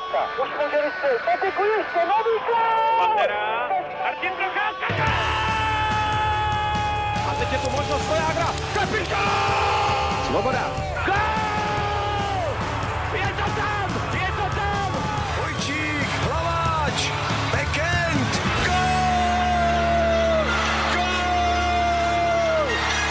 Už může vystřelit, Peteku ještě, nový gól! Pantera, Martin Procházka! A teď je tu možnost pro Jágra, kapitán! Svoboda! Gól! Je to tam! Vojčík, Hlaváč, Bekend, gól! Gól!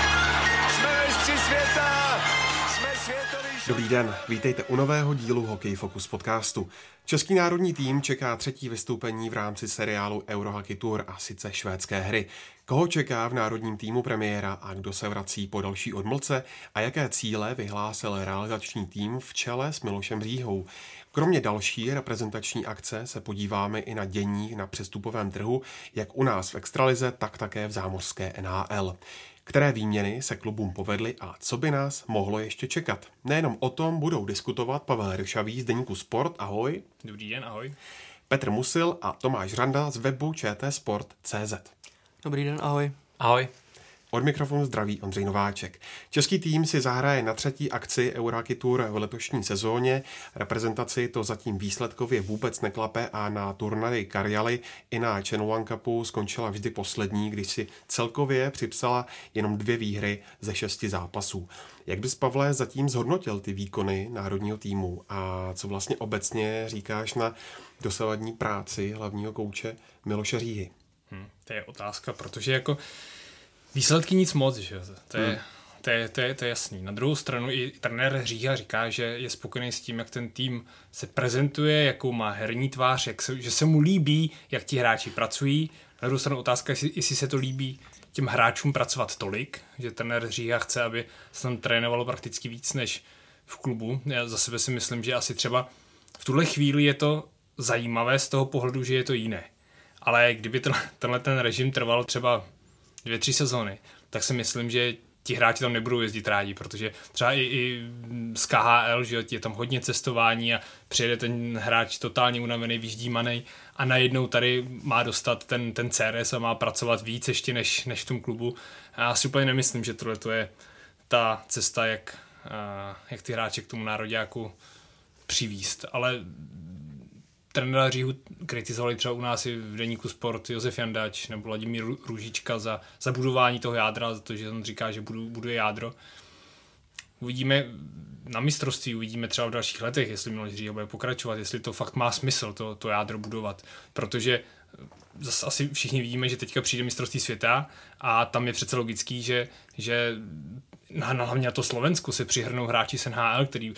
Jsme mistři světa! Jsme světový šampioni! Dobrý den, vítejte u nového dílu Hokej Focus podcastu. Český národní tým čeká třetí vystoupení v rámci seriálu Eurohockey Tour a sice švédské hry. Koho čeká v národním týmu premiéra a kdo se vrací po další odmlce a jaké cíle vyhlásil realizační tým v čele s Milošem Říhou. Kromě další reprezentační akce se podíváme i na dění na přestupovém trhu, jak u nás v extralize, tak také v zámořské NHL. Které výměny se klubům povedly a co by nás mohlo ještě čekat. Nejenom o tom budou diskutovat Pavel Ryšavý z deníku Sport, ahoj. Dobrý den, ahoj. Petr Musil a Tomáš Randa z webu čtsport.cz. Dobrý den, ahoj. Ahoj. Od mikrofonu zdraví Ondřej Nováček. Český tým si zahraje na třetí akci Eurohockey Tour v letošní sezóně. Reprezentaci to zatím výsledkově vůbec neklape a na turnaji Karjaly i na Channel One Cupu skončila vždy poslední, když si celkově připsala jenom 2 výhry ze 6 zápasů. Jak bys, Pavle, zatím zhodnotil ty výkony národního týmu a co vlastně obecně říkáš na dosavadní práci hlavního kouče Miloše Říhy? To je otázka, protože jako výsledky nic moc, že? To je jasný. Na druhou stranu i trenér Říha říká, že je spokojený s tím, jak ten tým se prezentuje, jakou má herní tvář, že se mu líbí, jak ti hráči pracují. Na druhou stranu otázka, jestli se to líbí těm hráčům pracovat tolik, že trenér Říha chce, aby se tam trénovalo prakticky víc než v klubu. Já za sebe si myslím, že asi třeba v tuhle chvíli je to zajímavé z toho pohledu, že je to jiné. Ale kdyby tenhle ten režim trval třeba 2-3 sezóny, tak si myslím, že ti hráči tam nebudou jezdit rádi, protože třeba i z KHL, že je tam hodně cestování a přijede ten hráč totálně unavený, vyždímaný a najednou tady má dostat ten CRS a má pracovat víc ještě než v tom klubu. A já si úplně nemyslím, že tohle je ta cesta, jak ty hráče k tomu nároďáku přivízt. Ale trenéra Říhu kritizovali třeba u nás i v deníku Sport Josef Jandač nebo Vladimír Růžička za budování toho jádra, za to, že on říká, že buduje jádro. Uvidíme na mistrovství, uvidíme třeba v dalších letech, jestli Miloš Říha bude pokračovat, jestli to fakt má smysl to jádro budovat, protože zase asi všichni vidíme, že teďka přijde mistrovství světa a tam je přece logický, že hlavně na to Slovensku se přihrnou hráči z NHL, který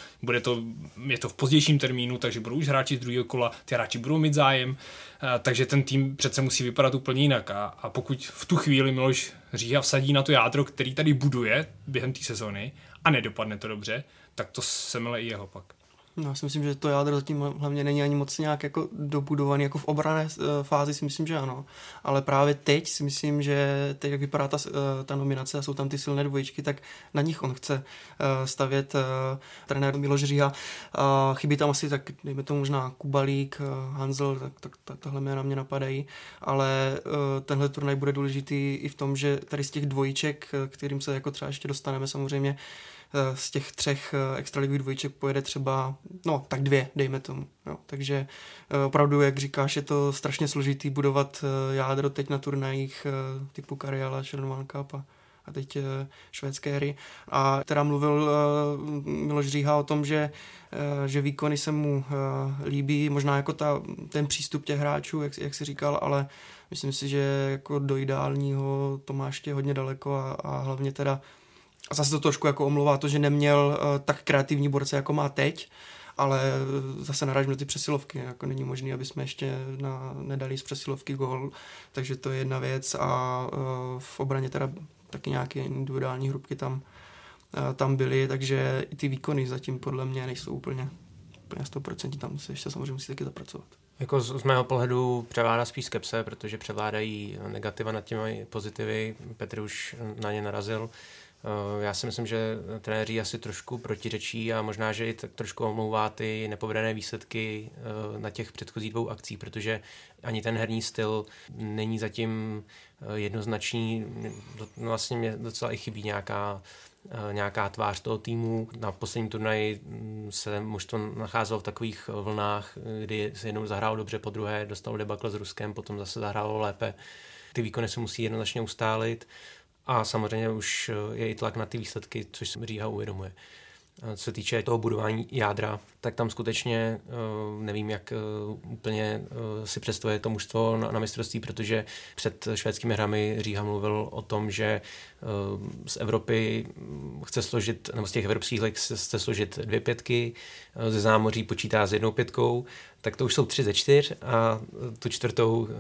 je to v pozdějším termínu, takže budou už hráči z druhého kola, ty hráči budou mít zájem, takže ten tým přece musí vypadat úplně jinak a pokud v tu chvíli Miloš Říha vsadí na to jádro, který tady buduje během té sezony a nedopadne to dobře, tak to se mele i jeho pak. No, já si myslím, že to jádro zatím hlavně není ani moc nějak jako dobudovaný, jako v obranné fázi si myslím, že ano. Ale právě teď si myslím, že teď, jak vypadá ta nominace a jsou tam ty silné dvojičky, tak na nich on chce stavět trenér Miloš Říha. Chybí tam asi tak, dejme tomu možná Kubalík, Hanzel, tak tohle jména mě napadají, ale tenhle turnaj bude důležitý i v tom, že tady z těch dvojiček, kterým se jako třeba ještě dostaneme samozřejmě, z těch 3 extraligových dvojček pojede třeba, tak 2, dejme tomu. Jo. Takže opravdu, jak říkáš, je to strašně složitý budovat jádro teď na turnajích typu Karjala, Channel One Cup a teď švédské hry. A teda mluvil Miloš Říha o tom, že výkony se mu líbí, možná jako ten přístup těch hráčů, jak jsi říkal, ale myslím si, že jako do ideálního to má ještě hodně daleko a hlavně teda a zase to trošku jako omlouvá to, že neměl tak kreativní borce, jako má teď, ale zase narážím na ty přesilovky. Jako není možné, aby jsme ještě nedali z přesilovky gól, takže to je jedna věc a v obraně teda taky nějaké individuální hrubky tam byly, takže i ty výkony zatím podle mě nejsou úplně 100%, tam se ještě samozřejmě musí taky zapracovat. Jako z mého pohledu převládá spíš skepse, protože převládají negativa nad těmi pozitivy. Petr už na ně narazil. Já si myslím, že trenéři asi trošku protiřečí a možná, že i tak trošku omlouvá ty nepovedené výsledky na těch předchozích 2 akcích, protože ani ten herní styl není zatím jednoznačný. Vlastně mě docela i chybí nějaká tvář toho týmu. Na posledním turnaji se mužstvo nacházelo v takových vlnách, kdy se jednou zahrálo dobře, po druhé dostalo debakl s Ruskem, potom zase zahrálo lépe. Ty výkony se musí jednoznačně ustálit a samozřejmě už je i tlak na ty výsledky, což se Říha uvědomuje. Co se týče toho budování jádra, tak tam skutečně nevím, jak úplně si představuje to mužstvo na mistrovství, protože před švédskými hrami Říha mluvil o tom, že z Evropy chce složit, nebo z těch evropských lig chce složit 2 5, ze zámoří počítá s 1 5, tak to už jsou 3 ze 4 a tu 4.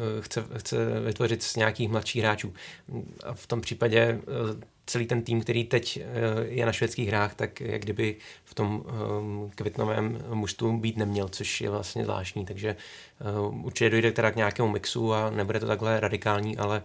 chce vytvořit z nějakých mladších hráčů. A v tom případě celý ten tým, který teď je na švédských hrách, tak jak kdyby v tom květnovém mužstvu být neměl, což je vlastně zvláštní. Takže určitě dojde teda k nějakému mixu a nebude to takhle radikální, ale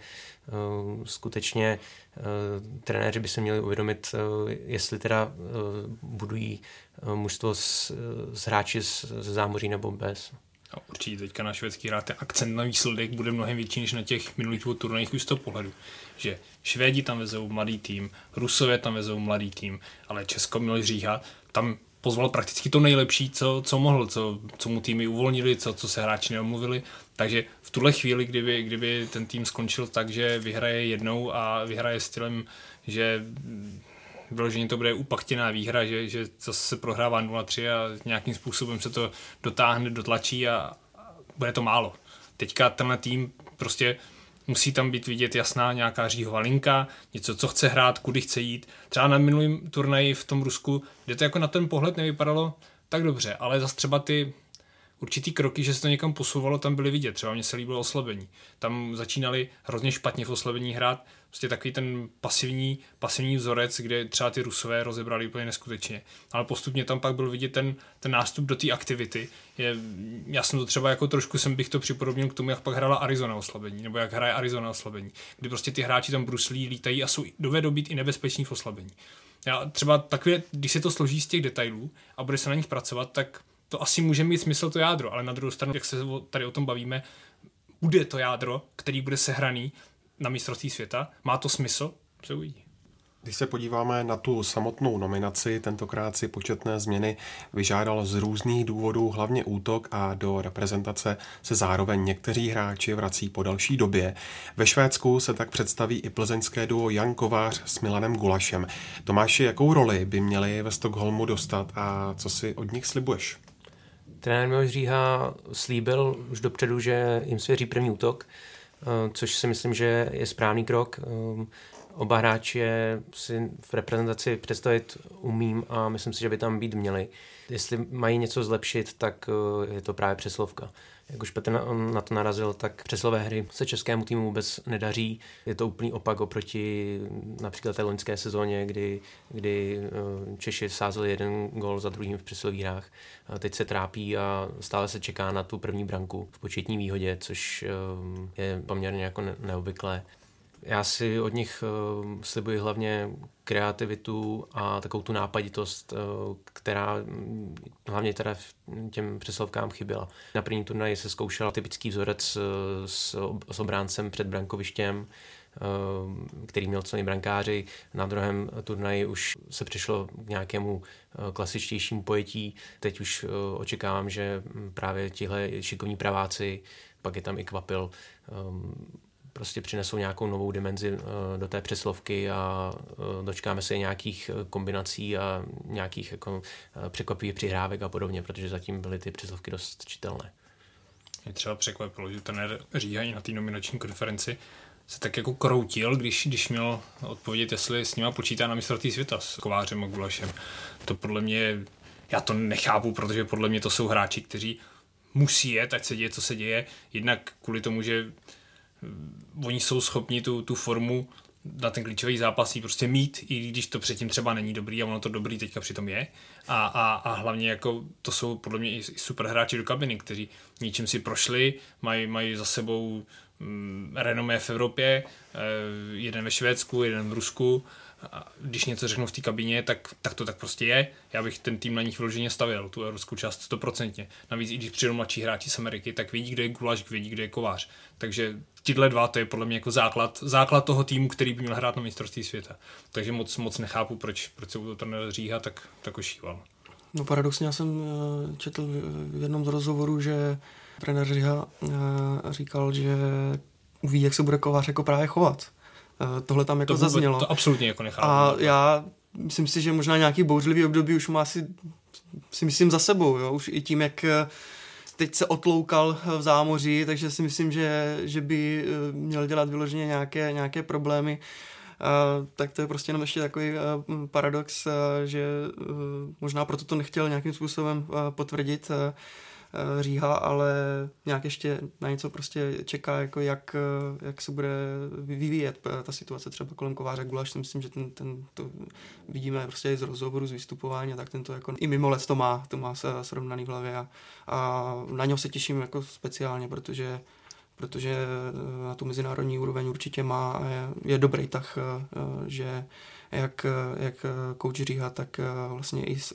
skutečně trenéři by se měli uvědomit, jestli teda budují mužstvo s hráči ze zámoří nebo bez. No, určitě teďka na švédský hrách ten akcent na výsledek bude mnohem větší než na těch minulých 2 turnajích už z toho pohledu. Že Švédi tam vezou mladý tým, Rusové tam vezou mladý tým, ale Česko Miloš Říha tam pozval prakticky to nejlepší, co mohl, co mu týmy uvolnili, co se hráči neomluvili. Takže v tuhle chvíli, kdyby ten tým skončil tak, že vyhraje jednou a vyhraje stylem, že vyloženě to bude upachtěná výhra, že zase se prohrává 0-3 a nějakým způsobem se to dotáhne, dotlačí a bude to málo. Teďka tenhle tým prostě musí tam být vidět jasná nějaká Říhova linka, něco, co chce hrát, kudy chce jít. Třeba na minulém turnaji v tom Rusku, kde to jako na ten pohled nevypadalo tak dobře, ale zase třeba ty určitý kroky, že se to někam posouvalo, tam byly vidět. Třeba mně se líbilo oslabení. Tam začínali hrozně špatně v oslabení hrát. Prostě takový ten pasivní vzorec, kde třeba ty Rusové rozebrali úplně neskutečně. Ale postupně tam pak byl vidět ten nástup do té aktivity. Já jsem to třeba jako trošku bych to připodobnil k tomu, jak pak hrála Arizona oslabení, nebo jak hraje Arizona oslabení. Kdy prostě ty hráči tam bruslí, lítají a dovedou být i nebezpeční v oslabení. Já třeba takové, když se to složí z těch detailů a bude se na nich pracovat, tak to asi může mít smysl to jádro, ale na druhou stranu, jak se tady o tom bavíme, bude to jádro, který bude sehraný na mistrovství světa, má to smysl, se uvidí. Když se podíváme na tu samotnou nominaci, tentokrát si početné změny vyžádal z různých důvodů hlavně útok a do reprezentace se zároveň někteří hráči vrací po další době. Ve Švédsku se tak představí i plzeňské duo Jan Kovář s Milanem Gulašem. Tomáši, jakou roli by měli ve Stockholmu dostat a co si od nich slibuješ? Trenér Miloš Říha slíbil už dopředu, že jim svěří první útok, což si myslím, že je správný krok. Oba hráče si v reprezentaci představit umím a myslím si, že by tam být měli. Jestli mají něco zlepšit, tak je to právě přeslovka. Jak už Petr na to narazil, tak přeslové hry se českému týmu vůbec nedaří. Je to úplný opak oproti například té loňské sezóně, kdy Češi sázeli 1 gól za druhým v přeslových hrách. Teď se trápí a stále se čeká na tu první branku v početní výhodě, což je poměrně jako neobvyklé. Já si od nich slibuji hlavně kreativitu a takovou tu nápaditost, která hlavně teda těm přeslovkám chyběla. Na první turnaji se zkoušel typický vzorec s obráncem před brankovištěm, který měl co nejbrankáři. Na druhém turnaji už se přišlo k nějakému klasičtějšímu pojetí. Teď už očekávám, že právě tihle šikovní praváci, pak je tam i Kvapil, prostě přinesou nějakou novou dimenzi do té přeslovky a dočkáme se nějakých kombinací a nějakých jako překvapivých přihrávek a podobně, protože zatím byly ty přeslovky dost čitelné. Mě třeba překvapilo, že trenér Říha na té nominační konferenci se tak jako kroutil, když měl odpovědět, jestli s nima počítá na mistrovství světa s Kovářem a Gulašem. To podle mě, já to nechápu, protože podle mě to jsou hráči, kteří musí jet, ať se děje, co se děje, jednak kvůli tomu, že oni jsou schopni tu formu na ten klíčový zápas prostě mít, i když to předtím třeba není dobrý a ono to dobrý teďka přitom je. A hlavně jako to jsou podle mě i super hráči do kabiny, kteří něčím si prošli, mají za sebou renomé v Evropě, jeden ve Švédsku, jeden v Rusku, a když něco řeknu v té kabině, tak to tak prostě je. Já bych ten tým na nich vyloženě stavěl, tu evropskou část 100%. Navíc i když přijdou mladší hráči z Ameriky, tak vědí, kde je Gulaš, vědí, kde je Kovář. Takže tyhle dva, to je podle mě jako základ toho týmu, který by měl hrát na mistrovství světa. Takže moc nechápu, proč se u toho trenéra Říha tak ošíval. No paradoxně, já jsem četl v jednom z rozhovorů, že trenér Říha říkal, že uvidí, jak se bude Kovář jako právě chovat. Tohle tam jako zaznělo. To absolutně jako nechápu. A já myslím si, že možná nějaký bouřlivý období už má asi, si myslím, za sebou. Jo? Už i tím, jak teď se otloukal v zámoří, takže si myslím, že by měl dělat vyloženě nějaké problémy. Tak to je prostě jenom ještě takový paradox, že možná proto to nechtěl nějakým způsobem potvrdit Říha, ale nějak ještě na něco prostě čeká, jako jak se bude vyvíjet ta situace třeba kolem Kováře Gulaš. Si myslím, že to vidíme prostě i z rozhovoru, z vystupování, tak tento jako i mimo let to má srovnaný v hlavě a na něho se těším jako speciálně, protože na tu mezinárodní úroveň určitě má, je dobrý tah, že jak kouč Říha, tak vlastně i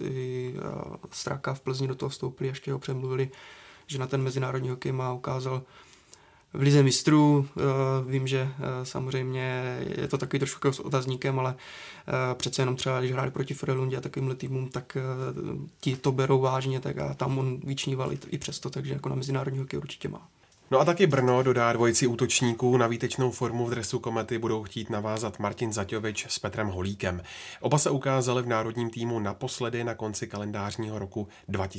Straka v Plzni do toho vstoupili, ještě ho přemluvili, že na ten mezinárodní hokej má ukázal v lize mistrů. Vím, že samozřejmě je to takový trošku s otazníkem, ale přece jenom třeba, když hráli proti Frölundě a takovýmhle týmům, tak ti to berou vážně, tak a tam on vyčníval i přesto, takže jako na mezinárodní hokej určitě má. No a taky Brno dodá dvojici útočníků. Na výtečnou formu v dresu Komety budou chtít navázat Martin Zaťovič s Petrem Holíkem. Oba se ukázali v národním týmu naposledy na konci kalendářního roku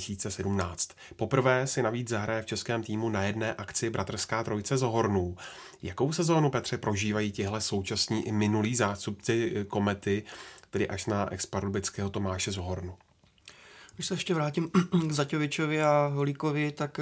2017. Poprvé si navíc zahraje v českém týmu na jedné akci bratrská trojice z Hornů. Jakou sezónu, Petře, prožívají tihle současní i minulí zástupci Komety, tedy až na ex-pardubického Tomáše z Hornu? Když se ještě vrátím k Zaťovičovi a Holíkovi, tak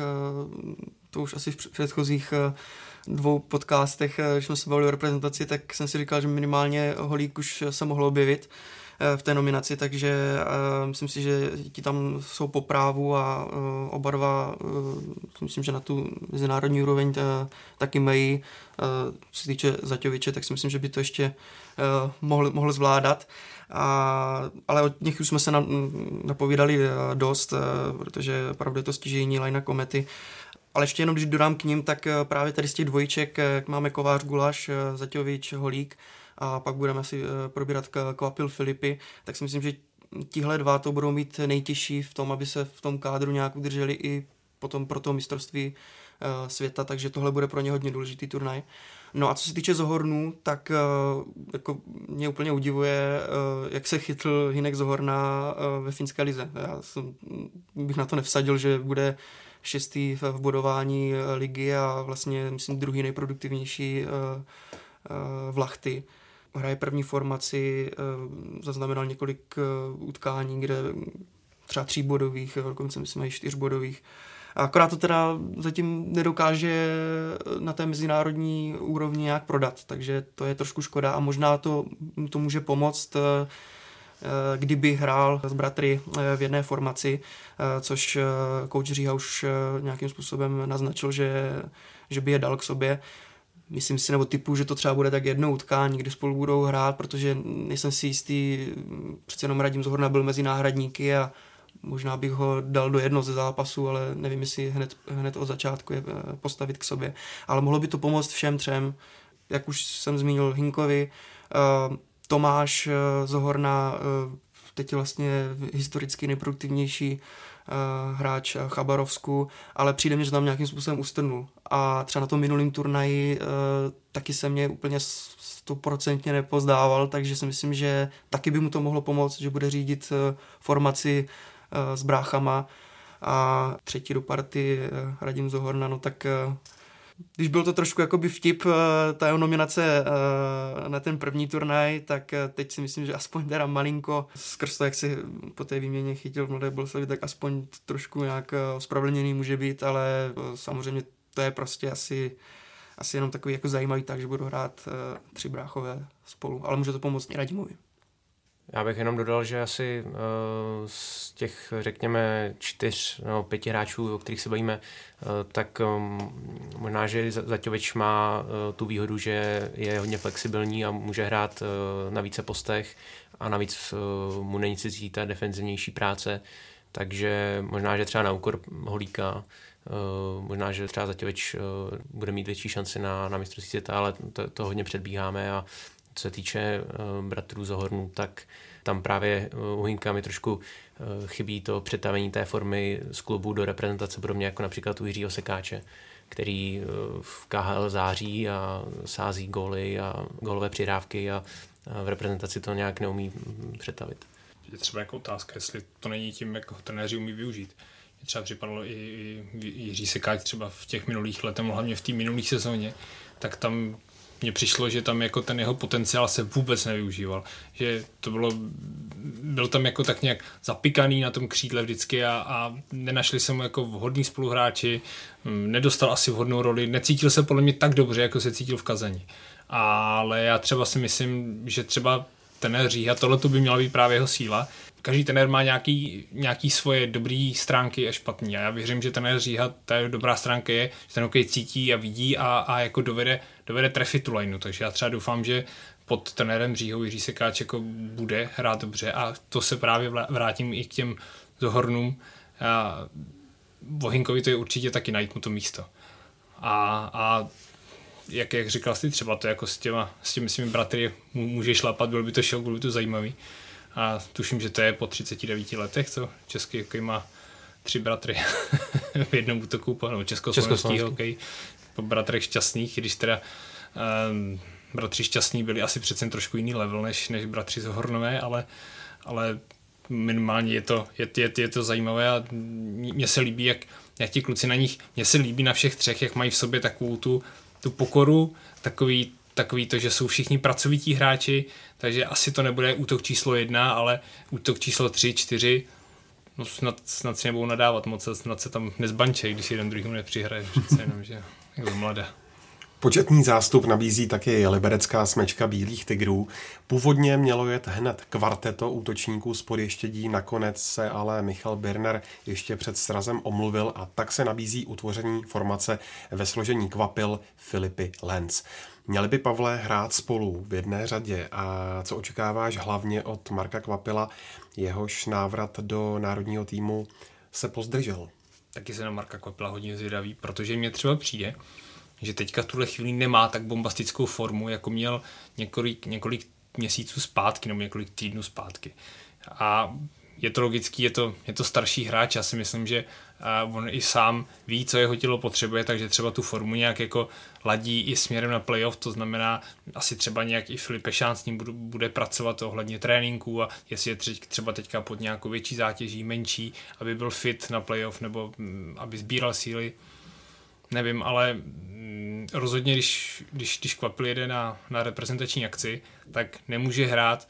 to už asi v předchozích dvou podcastech, když jsme se bavili o reprezentaci, tak jsem si říkal, že minimálně Holík už se mohl objevit v té nominaci, takže myslím si, že ti tam jsou po právu a oba dva, myslím, že na tu mezinárodní úroveň taky mají. Co se týče Zaťoviče, tak si myslím, že by to ještě mohl zvládat. Ale od nich už jsme se napovídali dost, protože opravdu je to stěžejní line Komety. Ale ještě jenom, když dodám k ním, tak právě tady z těch dvojček, jak máme Kovář, Gulaš, Zaťovič, Holík a pak budeme asi probírat Kvapil, Filipy, tak si myslím, že tihle dva to budou mít nejtěžší v tom, aby se v tom kádru nějak udrželi i potom pro to mistrovství světa, takže tohle bude pro ně hodně důležitý turnaj. No a co se týče Zohornů, tak jako mě úplně udivuje, jak se chytl Hynek Zohorna ve finské lize. Já bych na to nevsadil, že bude 6. v bodování ligy a vlastně myslím 2. nejproduktivnější v Lahti. Hraje první formaci, zaznamenal několik utkání, kde třeba 3 bodových, dokonce myslím i 4 bodových. Akorát to teda zatím nedokáže na té mezinárodní úrovni nějak prodat, takže to je trošku škoda a možná to může pomoct, kdyby hrál s bratry v jedné formaci, což kouč Říha už nějakým způsobem naznačil, že by je dal k sobě. Myslím si, nebo typu, že to třeba bude tak jedno utkání, kdy spolu budou hrát, protože nejsem si jistý, přece jenom Radim Zohorna byl mezi náhradníky a možná bych ho dal do jednoho ze zápasů, ale nevím, jestli hned od začátku je postavit k sobě. Ale mohlo by to pomoct všem třem, jak už jsem zmínil Hynkovi, Tomáš Zohorna, teď je vlastně historicky nejproduktivnější hráč Chabarovsku, ale přijde mi, že tam nějakým způsobem ustrnul. A třeba na tom minulým turnaji taky se mě úplně 100% nepozdával, takže si myslím, že taky by mu to mohlo pomoct, že bude řídit formaci s bráchama a třetí do party Radim Zohorna, no tak když byl to trošku jakoby vtip, ta jeho nominace na ten první turnaj, tak teď si myslím, že aspoň teda malinko skrz to, jak si po té výměně chytil v Mladé Boleslavi, tak aspoň trošku nějak ospravedlněný může být, ale samozřejmě to je prostě asi jenom takový jako zajímavý tak, že budou hrát 3 bráchové spolu, ale může to pomoct i Radimovi. Já bych jenom dodal, že asi z těch, řekněme, 4 nebo 5 hráčů, o kterých se bavíme, tak možná, že Zaťovič má tu výhodu, že je hodně flexibilní a může hrát na více postech a navíc mu není cizí ta defenzivnější práce, takže možná, že třeba na úkor Holíka, možná, že třeba Zaťovič bude mít větší šanci na mistrovství světa, ale to hodně předbíháme. A co se týče bratrů Zohornů, tak tam právě u Hynka mi trošku chybí to přetavení té formy z klubu do reprezentace, podobně jako například u Jiřího Sekáče, který v KHL září a sází góly a gólové přihrávky a v reprezentaci to nějak neumí přetavit. Je třeba jako otázka, jestli to není tím, jak ho trenéři umí využít. Třeba připadalo i Jiří Sekáč třeba v těch minulých letech, hlavně v té minulé sezóně, tak tam mně přišlo, že tam jako ten jeho potenciál se vůbec nevyužíval. Že to byl tam jako tak nějak zapikaný na tom křídle vždycky a nenašli se mu jako vhodní spoluhráči, nedostal asi vhodnou roli, necítil se podle mě tak dobře, jako se cítil v Kazani. Ale já třeba si myslím, že třeba trenér Říha, tohle by měla být právě jeho síla. Každý trenér má nějaký svoje dobré stránky a špatný. A já věřím, že trenér Říha, ta dobrá stránka je, že ten hokej cítí a vidí a jako dovede trefit tu lineu. Takže já třeba doufám, že pod trenérem Říhou Jiří Sekáč jako bude hrát dobře a to se právě vrátím i k těm Zohornům. O Hynkovi to je určitě taky najít mu to místo. A jak říkal jsi třeba, to jako s těmi svými bratry může šlapat, byl by to šok, byl by to zajímavý. A tuším, že to je po 39 letech, co český hokej má 3 bratry v jednom útoku, nebo československý hokej po bratrech Šťastných, když teda bratři Šťastní byli asi přece trošku jiný level než bratři Zohornové, ale minimálně je to zajímavé a mně se líbí, jak ti kluci na nich, mně se líbí na všech třech, jak mají v sobě takovou tu pokoru, takový to, že jsou všichni pracovití hráči, takže asi to nebude útok číslo 1, ale útok číslo 3, 4, no snad si nebudou nadávat moc, snad se tam nezbančej, když jeden druhýmu nepřihraje, přece jenom, že jako mladá. Početný zástup nabízí taky liberecká smečka Bílých tygrů. Původně mělo jet hned kvarteto útočníků z Podještědí, nakonec se ale Michal Birner ještě před srazem omluvil a tak se nabízí utvoření formace ve složení Kvapil, Filipy, Lenz. Měli by, Pavle, hrát spolu v jedné řadě a co očekáváš hlavně od Marka Kvapila, jehož návrat do národního týmu se pozdržel? Taky se na Marka Kvapila hodně zvědavý, protože mě třeba přijde, že teďka v tuhle chvíli nemá tak bombastickou formu, jako měl několik měsíců zpátky nebo několik týdnů zpátky. A je to logický, je to starší hráč, já si myslím, že on i sám ví, co jeho tělo potřebuje, takže třeba tu formu nějak jako ladí i směrem na playoff, to znamená asi třeba nějak i Filip Pešán s ním bude pracovat ohledně tréninku a jestli je třeba teďka pod nějakou větší zátěží, menší, aby byl fit na playoff nebo aby sbíral síly. Nevím, ale rozhodně, když Kvapil jede na reprezentační akci, tak nemůže hrát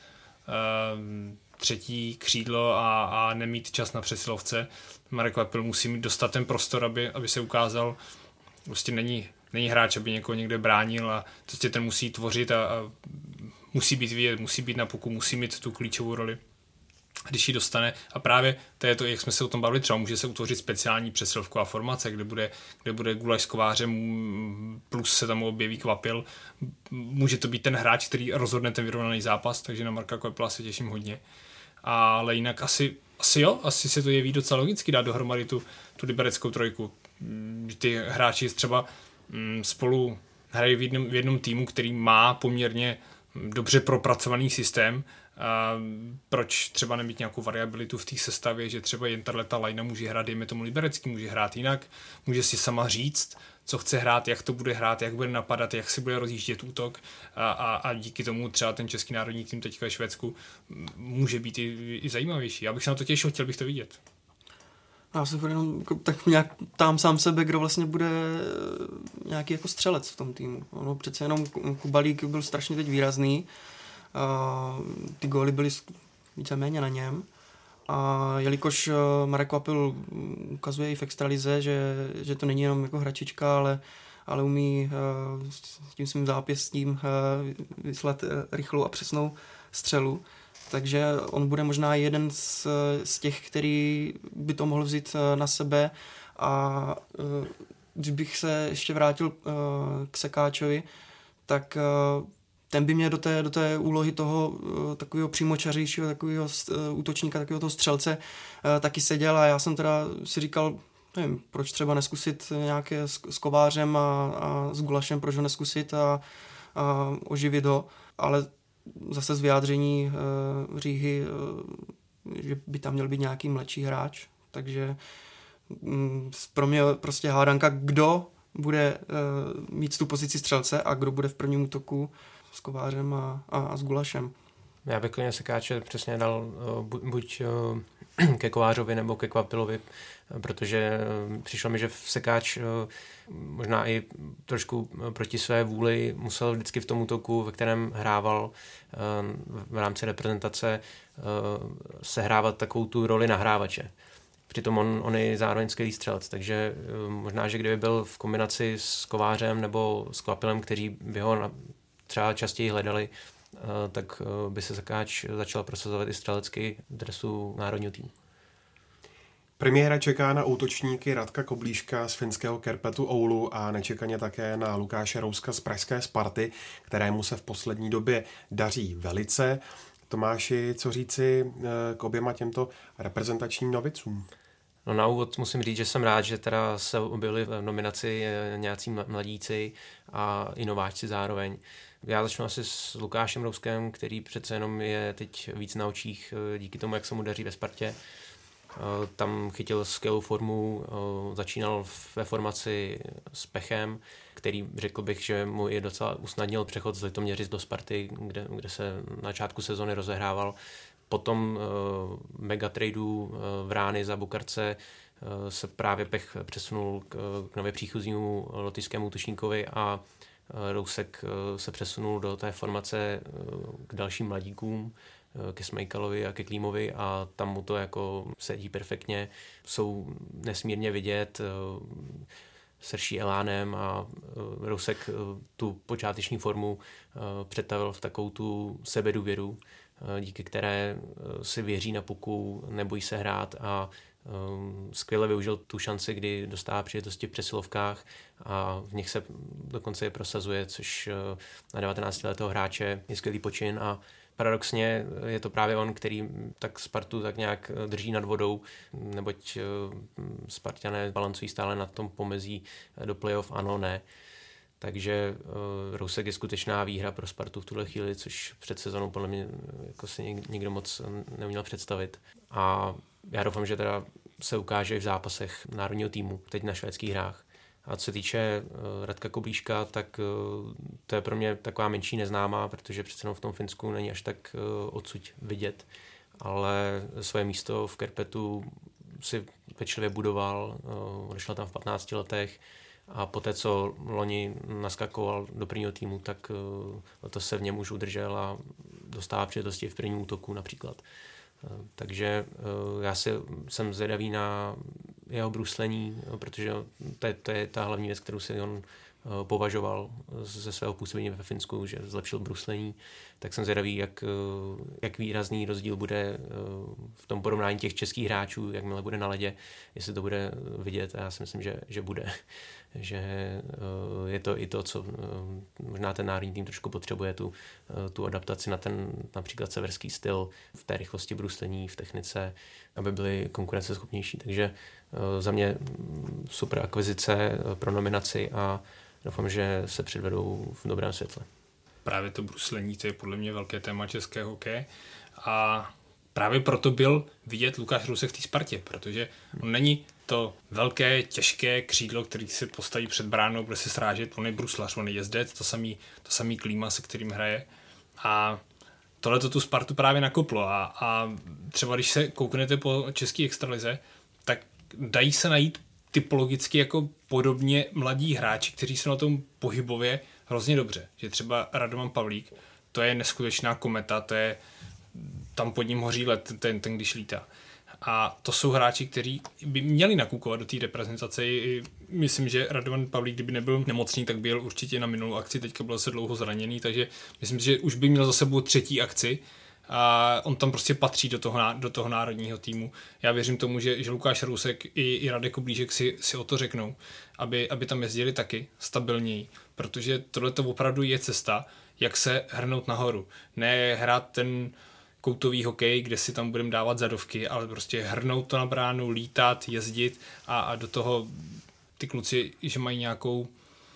třetí křídlo a nemít čas na přesilovce. Marek Kvapil musí mít dostat ten prostor, aby se ukázal. Prostě není hráč, aby někoho někde bránil a prostě ten musí tvořit a musí být vidět, musí být na puku, musí mít tu klíčovou roli, když ji dostane. A právě to je to, jak jsme se o tom bavili, třeba může se utvořit speciální přesilovková formace, kde bude Gulaš s Kovářem plus se tam objeví Kvapil. Může to být ten hráč, který rozhodne ten vyrovnaný zápas, takže na Marka Kvapila se těším hodně. Ale jinak asi se to jeví docela logicky dát dohromady tu libereckou trojku. Ty hráči třeba spolu hrají v jednom týmu, který má poměrně dobře propracovaný systém. A proč třeba nemít nějakou variabilitu v té sestavě, že třeba jen tato lajna může hrát, dejme tomu liberecký, může hrát jinak, může si sama říct, co chce hrát, jak to bude hrát, jak bude napadat, jak si bude rozjíždět útok a díky tomu třeba ten český národní tým teďka ve Švédsku může být i zajímavější. Já bych se na to těšil, chtěl bych to vidět. Já se jenom tak nějak tam sám sebe, kdo vlastně bude nějaký jako střelec v tom týmu. Ono přece jenom Kubalík byl strašně teď výrazný, ty góly byly víceméně na něm a jelikož Marek Kvapil ukazuje i v extralize, že to není jenom jako hračička, ale umí s tím svým zápěstím vyslat rychlou a přesnou střelu, takže on bude možná jeden z těch, který by to mohl vzít na sebe. A když bych se ještě vrátil k Sekáčovi, tak ten by mě do té úlohy toho takového přímočařejšího, takového útočníka, takového toho střelce taky seděl a já jsem teda si říkal, nevím, proč třeba neskusit nějaké s Kovářem a s Gulašem, proč ho neskusit a oživit ho, ale zase z vyjádření Říhy, že by tam měl být nějaký mladší hráč, takže pro mě prostě hádanka, kdo bude mít tu pozici střelce a kdo bude v prvním útoku s Kovářem a s Gulašem. Já bych klidně Sekáče přesně dal buď ke Kovářovi nebo ke Kvapilovi, protože přišlo mi, že Sekáč možná i trošku proti své vůli musel vždycky v tom útoku, ve kterém hrával v rámci reprezentace, sehrávat takovou tu roli nahrávače. Přitom on je zároveň skvělý střelec, takže možná, že kdyby byl v kombinaci s Kovářem nebo s Kvapilem, kteří by ho třeba častěji hledali, tak by se Sekáč začal prosazovat i střelecky v dresu národního týmu. Premiéra čeká na útočníky Radka Koblíška z finského Kärpětu Oulu a nečekaně také na Lukáše Rouska z pražské Sparty, kterému se v poslední době daří velice. Tomáši, co říci k oběma těmto reprezentačním novicům? No na úvod musím říct, že jsem rád, že teda se objevili v nominaci nějací mladíci a i nováčci zároveň. Já začnu asi s Lukášem Rouskem, který přece jenom je teď víc na očích díky tomu, jak se mu daří ve Spartě. Tam chytil skvělou formu, začínal ve formaci s Pechem, který řekl bych, že mu je docela usnadnil přechod z Litoměřic do Sparty, kde se na začátku sezony rozehrával. Potom megatradeu v Rány za Bukarce se právě Pech přesunul k nově příchozímu lotyšskému útočníkovi a Rousek se přesunul do té formace k dalším mladíkům, ke Smejkalovi a ke Klímovi a tam mu to jako sedí perfektně. Jsou nesmírně vidět, srší elánem a Rousek tu počáteční formu přetavil v takovou tu sebedůvěru, díky které si věří na puku, nebojí se hrát a skvěle využil tu šanci, kdy dostává příležitosti v přesilovkách a v nich se dokonce je prosazuje, což na 19letého hráče je skvělý počin a paradoxně je to právě on, který tak Spartu tak nějak drží nad vodou, neboť Spartané balancují stále na tom pomezí do playoff, ano, ne. Takže Rousek je skutečná výhra pro Spartu v tuhle chvíli, což před sezónou podle mě jako si nikdo moc neuměl představit. A já doufám, že teda se ukáže i v zápasech národního týmu, teď na švédských hrách. A co se týče Radka Koblíška, tak to je pro mě taková menší neznámá, protože přece v tom Finsku není až tak odsud vidět, ale svoje místo v Kärpětu si pečlivě budoval, odešel tam v 15 letech a poté, co loni naskakoval do prvního týmu, tak letos se v něm už udržel a dostává příležitosti v prvním útoku například. Takže já jsem zvědavý na jeho bruslení, protože to je ta hlavní věc, kterou si on považoval ze svého působení ve Finsku, že zlepšil bruslení, tak jsem zvědavý, jak výrazný rozdíl bude v tom porovnání těch českých hráčů, jakmile bude na ledě, jestli to bude vidět a já si myslím, že bude. Že je to i to, co možná ten národní tým trošku potřebuje, tu adaptaci na ten například severský styl v té rychlosti bruslení, v technice, aby byli konkurenceschopnější. Takže za mě super akvizice pro nominaci a doufám, že se předvedou v dobrém světle. Právě to bruslení, to je podle mě velké téma českého hokeje a právě proto byl vidět Lukáš Rousek v té Spartě, protože on není to velké, těžké křídlo, který se postaví před bránou, bude se srážet, on je bruslař, on je jezdec, to samý Klíma, se kterým hraje a tohle to tu Spartu právě nakoplo a třeba když se kouknete po české extralize, tak dají se najít typologicky jako podobně mladí hráči, kteří jsou na tom pohybově hrozně dobře. Že třeba Radovan Pavlík, to je neskutečná kometa, to je tam pod ním hoří let, ten když lítá. A to jsou hráči, kteří by měli nakukovat do té reprezentace. Myslím, že Radovan Pavlík, kdyby nebyl nemocný, tak byl určitě na minulou akci, teďka byl se dlouho zraněný, takže myslím, že už by měl za sebou třetí akci a on tam prostě patří do toho národního týmu. Já věřím tomu, že Lukáš Rousek i Radek Koblížek si o to řeknou, aby tam jezdili taky stabilněji, protože tohle to opravdu je cesta, jak se hrnout nahoru. Ne hrát ten koutový hokej, kde si tam budeme dávat zadovky, ale prostě hrnout to na bránu, lítat, jezdit a do toho ty kluci, že mají nějakou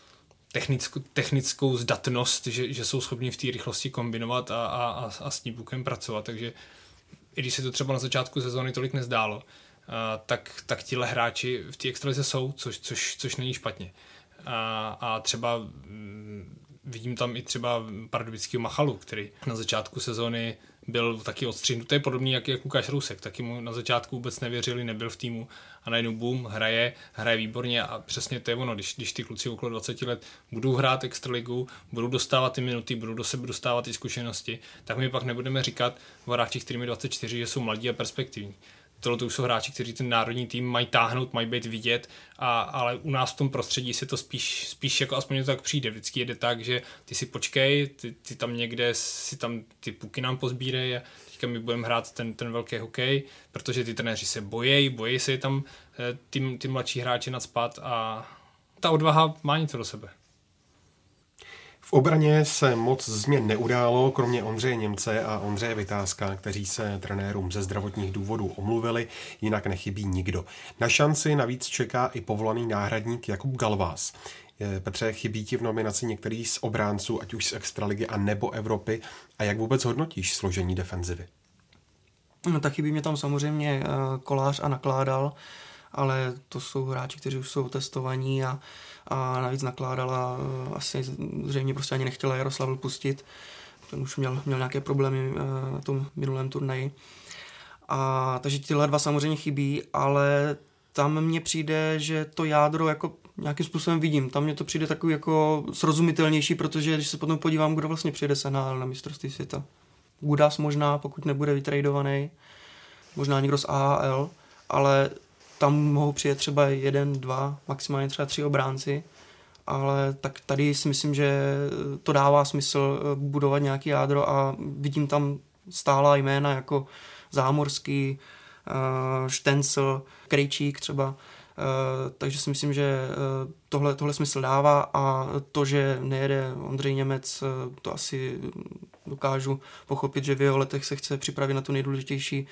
technickou zdatnost, že jsou schopni v té rychlosti kombinovat a s tím pukem pracovat, takže i když se to třeba na začátku sezóny tolik nezdálo, tak tihle hráči v té extralize jsou, což není špatně. A třeba vidím tam i třeba pardubického Machalu, který na začátku sezóny byl taky odstřihnutý, podobný jak Lukáš Rousek, taky mu na začátku vůbec nevěřili, nebyl v týmu a najednou boom, hraje výborně a přesně to je ono, když ty kluci okolo 20 let budou hrát extraligu, budou dostávat ty minuty, budou do sebe dostávat ty zkušenosti, tak my pak nebudeme říkat o hráčích, kterým je 24, že jsou mladí a perspektivní. Tohle to už jsou hráči, kteří ten národní tým mají táhnout, mají být vidět, ale u nás v tom prostředí se to spíš jako aspoň to tak přijde. Vždycky jede tak, že ty si počkej, ty tam někde si tam ty puky nám pozbírej a teďka my budeme hrát ten velký hokej, protože ty trenéři se bojí se tam ty mladší hráči nacpat a ta odvaha má něco do sebe. V obraně se moc změn neudálo, kromě Ondřeje Němce a Ondřeje Vytázka, kteří se trenérům ze zdravotních důvodů omluvili, jinak nechybí nikdo. Na šanci navíc čeká i povolaný náhradník Jakub Galvás. Petře, chybí ti v nominaci některý z obránců, ať už z extraligy a nebo Evropy, a jak vůbec hodnotíš složení defenzivy? No tak chybí mě tam samozřejmě Kolář a Nakládal, ale to jsou hráči, kteří už jsou testovaní a navíc Nakládala asi zřejmě prostě ani nechtěla Jaroslav pustit. Ten už měl nějaké problémy na tom minulém turnaji. Takže tyhle dva samozřejmě chybí, ale tam mně přijde, že to jádro jako nějakým způsobem vidím. Tam mně to přijde takový jako srozumitelnější, protože když se potom podívám, kdo vlastně přijde se na mistrovství světa. Gudas možná, pokud nebude vytradovaný, možná někdo z AHL, ale tam mohou přijet třeba 1, 2, maximálně třeba 3 obránci, ale tak tady si myslím, že to dává smysl budovat nějaký jádro a vidím tam stálá jména jako Zámorský, Štencl, Krejčík třeba, takže si myslím, že tohle smysl dává a to, že nejede Ondřej Němec, to asi dokážu pochopit, že v jeho letech se chce připravit na tu nejdůležitější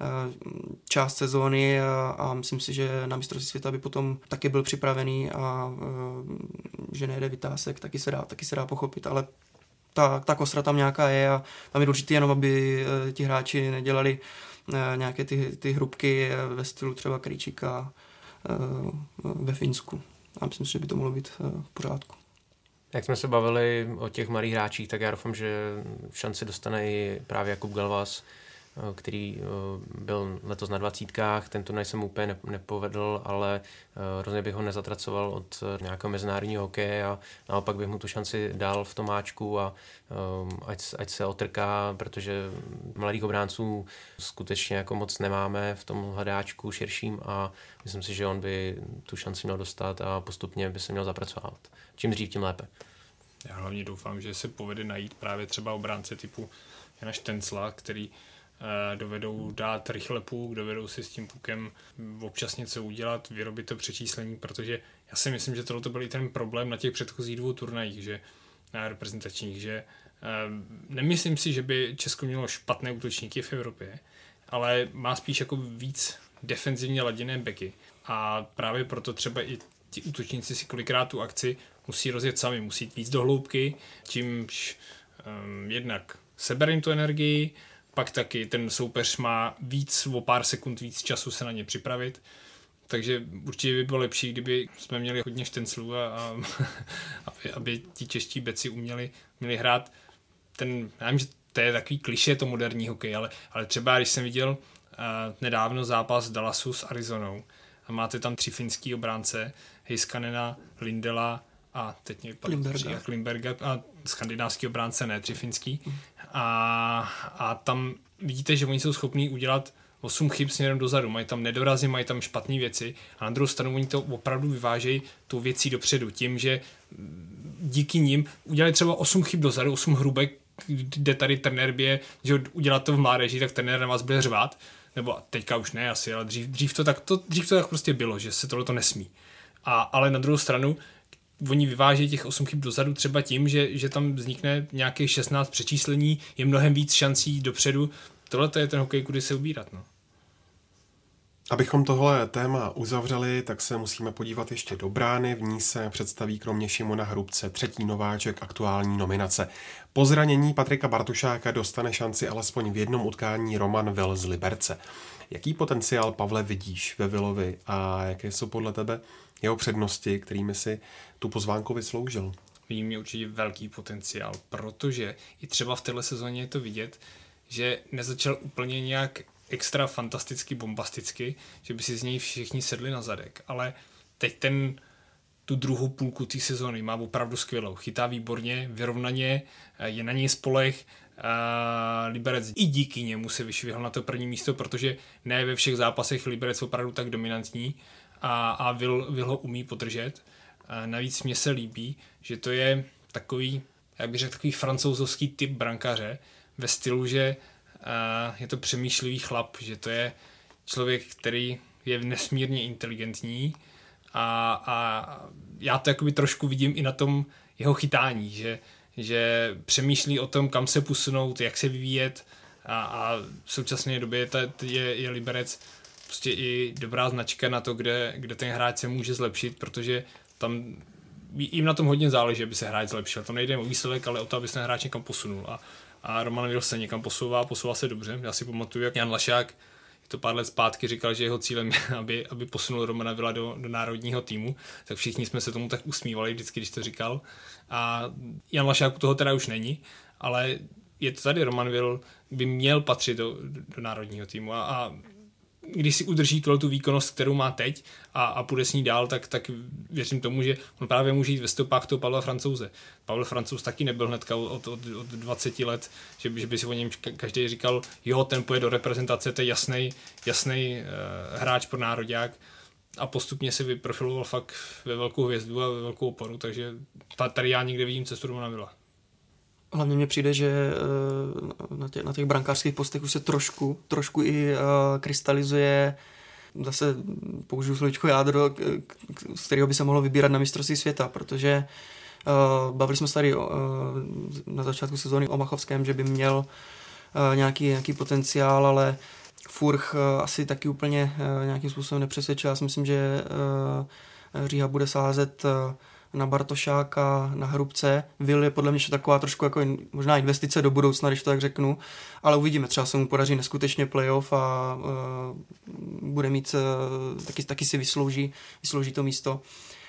část sezóny a myslím si, že na mistrovství světa by potom taky byl připravený a že nejde Vytázek, taky se dá pochopit, ale ta kostra tam nějaká je a tam je důležité jenom, aby ti hráči nedělali nějaké ty hrubky ve stylu třeba Krejčíka ve Finsku. A myslím si, že by to mohlo být v pořádku. Jak jsme se bavili o těch malých hráčích, tak já doufám, že šanci dostane i právě Jakub Galvás, který byl letos na 20, ten turnaj se mu úplně nepovedl, ale hrozně bych ho nezatracoval od nějakého mezinárodního hokeje a naopak bych mu tu šanci dal v tomáčku a ať se otrká, protože mladých obránců skutečně jako moc nemáme v tom hledáčku širším a myslím si, že on by tu šanci měl dostat a postupně by se měl zapracovat. Čím dřív, tím lépe. Já hlavně doufám, že se povede najít právě třeba obránce typu Jana Štencla, který dovedou dát rychle puk, dovedou si s tím pukem občas něco udělat, vyrobit to přečíslení, protože já si myslím, že tohle byl i ten problém na těch předchozích 2 turnajích, že reprezentačních, že nemyslím si, že by Česko mělo špatné útočníky v Evropě, ale má spíš jako víc defenzivně laděné beky a právě proto třeba i ti útočníci si kolikrát tu akci musí rozjet sami, musí jít víc do hloubky, čímž jednak sebere jim tu energii, pak taky ten soupeř má o pár sekund víc času se na ně připravit. Takže určitě by bylo lepší, kdyby jsme měli hodně Štenclů a aby ti čeští beci uměli hrát já vím, že to je takový klišé to moderní hokej, ale třeba když jsem viděl nedávno zápas Dallasu s Arizonou a máte tam 3 finský obránce, Heiskanena, Lindela a teď Klimberga a skandinávský obránce, ne 3 finský. A tam vidíte, že oni jsou schopní udělat 8 chyb směrem dozadu. Mají tam nedorazy, mají tam špatné věci a na druhou stranu oni to opravdu vyvážejí tou věcí dopředu. Tím, že díky nim udělali třeba 8 chyb dozadu, 8 hrubek kde tady trenér bije, že udělat to v mládeži, tak trenér na vás bude řvát, nebo teďka už ne asi, ale dřív to tak prostě bylo, že se tohle to nesmí. Ale na druhou stranu oni vyvážejí těch 8 chyb dozadu třeba tím, že tam vznikne nějakých 16 přečíslení, je mnohem víc šancí dopředu. Tohle je ten hokej, kudy se ubírat. No. Abychom tohle téma uzavřeli, tak se musíme podívat ještě do brány. V ní se představí kromě Šimona Hrubce třetí nováček aktuální nominace. Po zranění Patrika Bartošáka dostane šanci alespoň v jednom utkání Roman Will z Liberce. Jaký potenciál, Pavle, vidíš ve Willovi a jaké jsou podle tebe jeho přednosti, kterými si tu pozvánku vysloužil? Vidím je určitě velký potenciál, protože i třeba v téhle sezóně je to vidět, že nezačal úplně nějak extra fantasticky, bombasticky, že by si z něj všichni sedli na zadek, ale teď tu druhou půlku té sezóny má opravdu skvělou. Chytá výborně, vyrovnaně, je na něj spoleh, Liberec i díky němu se vyšvihl na to první místo, protože ne ve všech zápasech Liberec opravdu tak dominantní a Will ho umí podržet. Navíc mně se líbí, že to je takový, jak bych řekl, takový francouzovský typ brankaře ve stylu, že je to přemýšlivý chlap, že to je člověk, který je nesmírně inteligentní a já to jakoby trošku vidím i na tom jeho chytání, že přemýšlí o tom, kam se posunout, jak se vyvíjet a v současné době je Liberec prostě i dobrá značka na to, kde ten hráč se může zlepšit, protože tam jim na tom hodně záleží, aby se hráč zlepšil. To nejde o výsledek, ale o to, aby se ten hráč někam posunul. A Roman Will se někam posouvá se dobře. Já si pamatuju, jak Jan Lašák to pár let zpátky říkal, že jeho cílem je, aby posunul Romana Willa do národního týmu, tak všichni jsme se tomu tak usmívali vždycky, když to říkal. A Jan Lašák u toho teda už není, ale je to tady, Roman Will by měl patřit do národního týmu a když si udrží tu výkonnost, kterou má teď a půjde s ní dál, tak věřím tomu, že on právě může jít ve stopách toho Pavla Francouze. Pavel Francouz taky nebyl hnedka od 20 let, že by si o něm každý říkal, jo, ten pojede do reprezentace, to je jasný hráč pro nároďák a postupně se vyprofiloval fakt ve velkou hvězdu a ve velkou oporu, takže tady já někde vidím cestu Romana Willa. Hlavně mně přijde, že na těch brankářských postech už se trošku i krystalizuje, zase použiju slovíčko jádro, z kterého by se mohlo vybírat na mistrovství světa, protože bavili jsme se tady na začátku sezóny o Machovském, že by měl nějaký potenciál, ale Furch asi taky úplně nějakým způsobem nepřesvědčil. Já si myslím, že Říha bude sázet na Bartošáka, na Hrubce. Will je podle mě taková trošku jako možná investice do budoucna, když to tak řeknu, ale uvidíme, třeba se mu podaří neskutečně playoff a bude mít, taky si vyslouží to místo.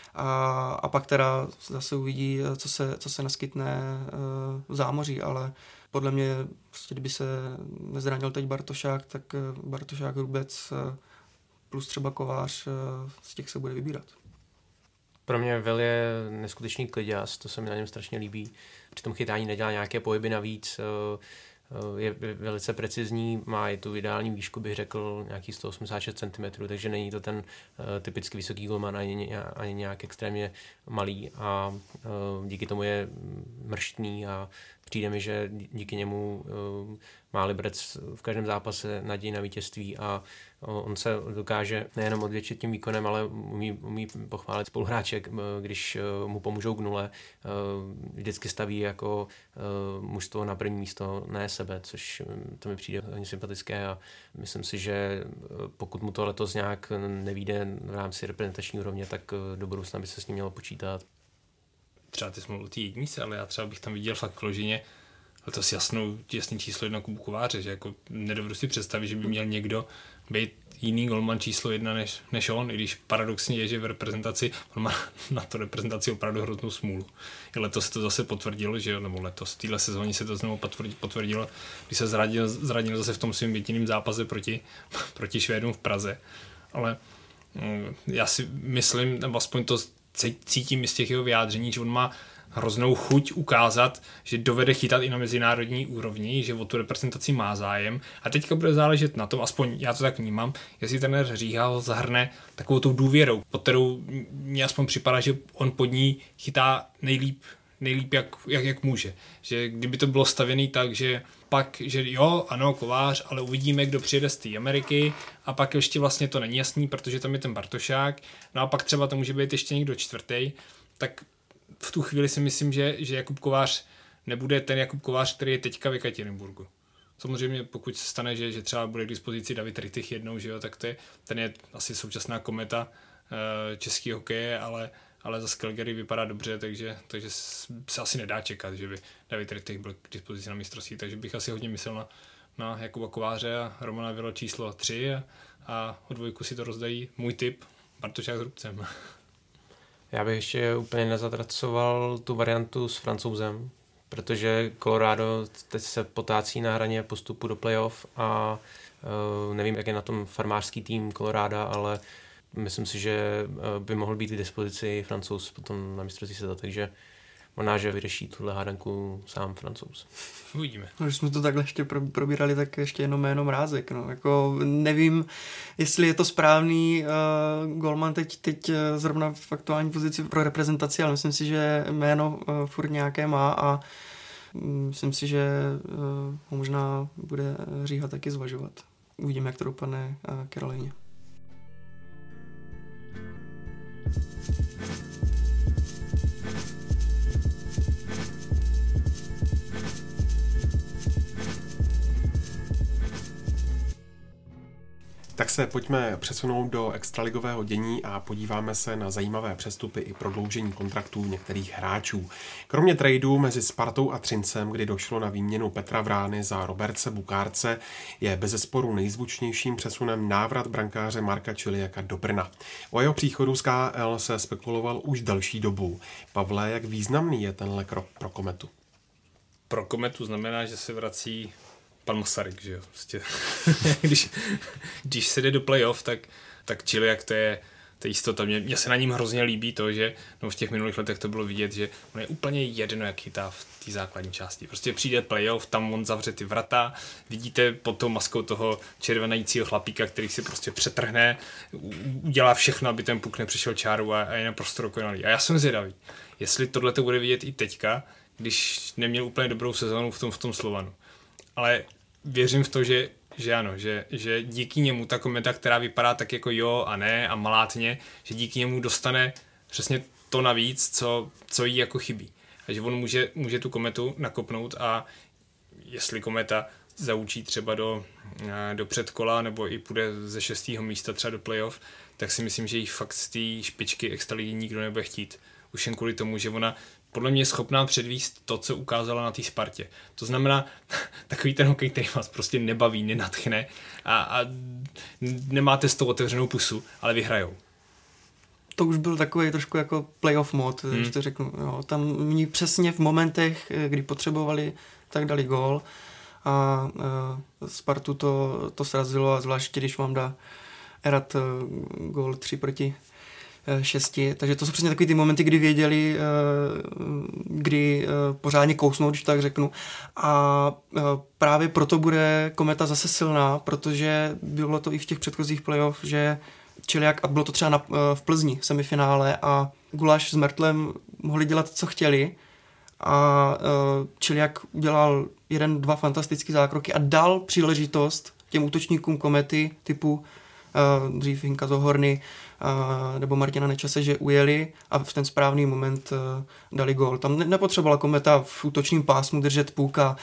A pak teda zase uvidí, co se naskytne v zámoří, ale podle mě, prostě, kdyby se nezranil teď Bartošák, tak Bartošák, Hrubec plus třeba Kovář, z těch se bude vybírat. Pro mě Will je neskutečný kliďas, to se mi na něm strašně líbí. Při tom chytání nedělá nějaké pohyby navíc, je velice precizní, má i tu ideální výšku, bych řekl, nějaký 186 cm, takže není to ten typicky vysoký golman ani nějak extrémně malý a díky tomu je mrštný a přijde mi, že díky němu má Liberec v každém zápase naději na vítězství a on se dokáže nejenom odvětšit tím výkonem, ale umí pochválit spoluhráček, když mu pomůžou k nule. Vždycky staví jako mužstvo na první místo, ne sebe, což to mi přijde hodně sympatické a myslím si, že pokud mu to letos nějak nevyjde v rámci reprezentační úrovně, tak do budoucna by se s ním mělo počítat. Třeba ty jsme o té jednice, ale já třeba bych tam viděl fakt vloženě letos jasný číslo 1 Kubu Kováře, že jako nedovedu si představit, že by měl někdo být jiný golman číslo 1 než on, i když paradoxně je, že v reprezentaci on má na to reprezentaci opravdu hroznou smůlu. I letos se to zase potvrdilo, že jo, nebo letos, v téhle sezóně se to znovu potvrdilo, když se zranil zase v tom svým jediným zápase proti Švédům v Praze. Ale já si myslím, nebo aspoň to cítím z těch jeho vyjádření, že on má hroznou chuť ukázat, že dovede chytat i na mezinárodní úrovni, že o tu reprezentaci má zájem. A teďka bude záležet na tom, aspoň já to tak vnímám, jestli trenér Říha ho zahrne takovou tou důvěrou, pod kterou mě aspoň připadá, že on pod ní chytá nejlíp nejlíp, jak může. Že kdyby to bylo stavěný tak, že pak, že jo, ano, Kovář, ale uvidíme, kdo přijede z té Ameriky a pak ještě vlastně to není jasný, protože tam je ten Bartošák, no a pak třeba to může být ještě někdo čtvrtý, tak v tu chvíli si myslím, že Jakub Kovář nebude ten Jakub Kovář, který je teďka v Ekaterinburgu. Samozřejmě pokud se stane, že třeba bude k dispozici David Rittich jednou, že jo, tak ten je asi současná kometa českého hokeje, ale za Calgary vypadá dobře, takže se asi nedá čekat, že by David Rittich byl k dispozici na mistrovství, takže bych asi hodně myslel na Jakuba Kováře a Romana Vila číslo 3 a o 2 si to rozdají můj tip Bartošák s Hrubcem. Já bych ještě úplně nezatracoval tu variantu s Francouzem, protože Colorado teď se potácí na hraně postupu do playoff a nevím, jak je na tom farmářský tým Colorado, ale myslím si, že by mohl být k dispozici Francouz potom na mistrovství světa, takže možná, že vyřeší tuhle hádanku sám Francouz. Uvidíme. Když jsme to takhle ještě probírali, tak ještě jenom jméno Mrázek. No. Jako nevím, jestli je to správný golman teď zrovna v aktuální pozici pro reprezentaci, ale myslím si, že jméno furt nějaké má a myslím si, že ho možná bude Říha taky zvažovat. Uvidíme, jak to dopadne Karolíně. Tak se pojďme přesunout do extraligového dění a podíváme se na zajímavé přestupy i prodloužení kontraktů některých hráčů. Kromě tradeů mezi Spartou a Třincem, kdy došlo na výměnu Petra Vrány za Roberce Bukárce, je bezesporu nejzvučnějším přesunem návrat brankáře Marka Čiliaka do Brna. O jeho příchodu z KHL se spekuloval už delší dobu. Pavle, jak významný je tenhle krok pro Kometu? Pro Kometu znamená, že se vrací pan Masaryk, že jo. Prostě, když se jde do playoff, tak Čiliak to je jistota. Mně se na ním hrozně líbí to, že v těch minulých letech to bylo vidět, že on je úplně jedno, jak chytá v té základní části. Prostě přijde playoff, tam on zavře ty vrata, vidíte pod tou maskou toho červenajícího chlapíka, který si prostě přetrhne, udělá všechno, aby ten puk nepřišel čáru a je naprosto dokonalý. A já jsem zvědavý, jestli tohle to bude vidět i teďka, když neměl úplně dobrou sezónu v tom Slovanu. Ale věřím v to, že ano, že díky němu ta Kometa, která vypadá tak jako jo a ne a malátně, že díky němu dostane přesně to navíc, co jí jako chybí. A že on může tu Kometu nakopnout a jestli Kometa zaučí třeba do předkola nebo i půjde ze 6. místa třeba do playoff, tak si myslím, že jí fakt z té špičky extraligy nikdo nebude chtít. Už jen kvůli tomu, že ona podle mě je schopná předvíst to, co ukázala na té Spartě. To znamená, takový ten hokej, který vás prostě nebaví, nenadchne a nemáte s tou otevřenou pusu, ale vyhrajou. To už byl takový trošku jako playoff mod, když to řeknu. Jo, tam oni přesně v momentech, kdy potřebovali, tak dali gól a Spartu to srazilo a zvláště, když vám dá Erat gól 3-6. Takže to jsou přesně takový ty momenty, kdy věděli, kdy pořádně kousnout, když tak řeknu. A právě proto bude Kometa zase silná, protože bylo to i v těch předchozích playoff, že Čiliak, a bylo to třeba v Plzni semifinále a Guláš s Mertlem mohli dělat, co chtěli a Čiliak udělal 1-2 fantastické zákroky a dal příležitost těm útočníkům Komety typu dřív Hinka Zohorny nebo Martina Nečase, že ujeli a v ten správný moment dali gól. Tam nepotřebovala Kometa v útočním pásmu držet puk a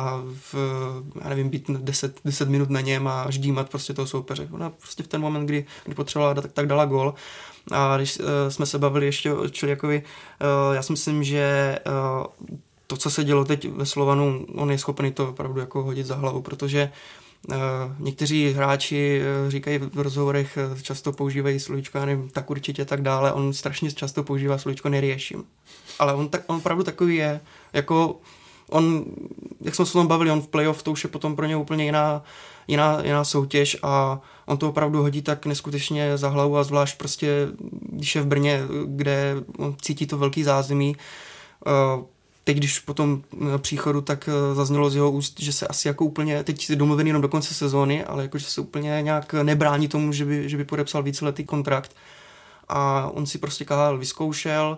já nevím, být 10 minut na něm a ždímat prostě toho soupeře. Ona prostě v ten moment, kdy potřebovala, tak dala gól. A když jsme se bavili ještě o Čiliakovi, já si myslím, že to, co se dělo teď ve Slovanu, on je schopný to opravdu jako hodit za hlavu, protože někteří hráči říkají v rozhovorech, často používají slovíčko, nevím, tak určitě tak dále, on strašně často používá slovíčko nerieším. Ale on opravdu takový je, jako on, jak jsme se o tom bavili, on v playoff, to už je potom pro ně úplně jiná soutěž a on to opravdu hodí tak neskutečně za hlavu a zvlášť prostě, když je v Brně, kde on cítí to velký zázemí. Teď, když po tom příchodu, tak zaznělo z jeho úst, že se asi jako úplně, teď je domluvený jenom do konce sezóny, ale jako, že se úplně nějak nebrání tomu, že by podepsal víceletý kontrakt. A on si prostě KHL vyzkoušel,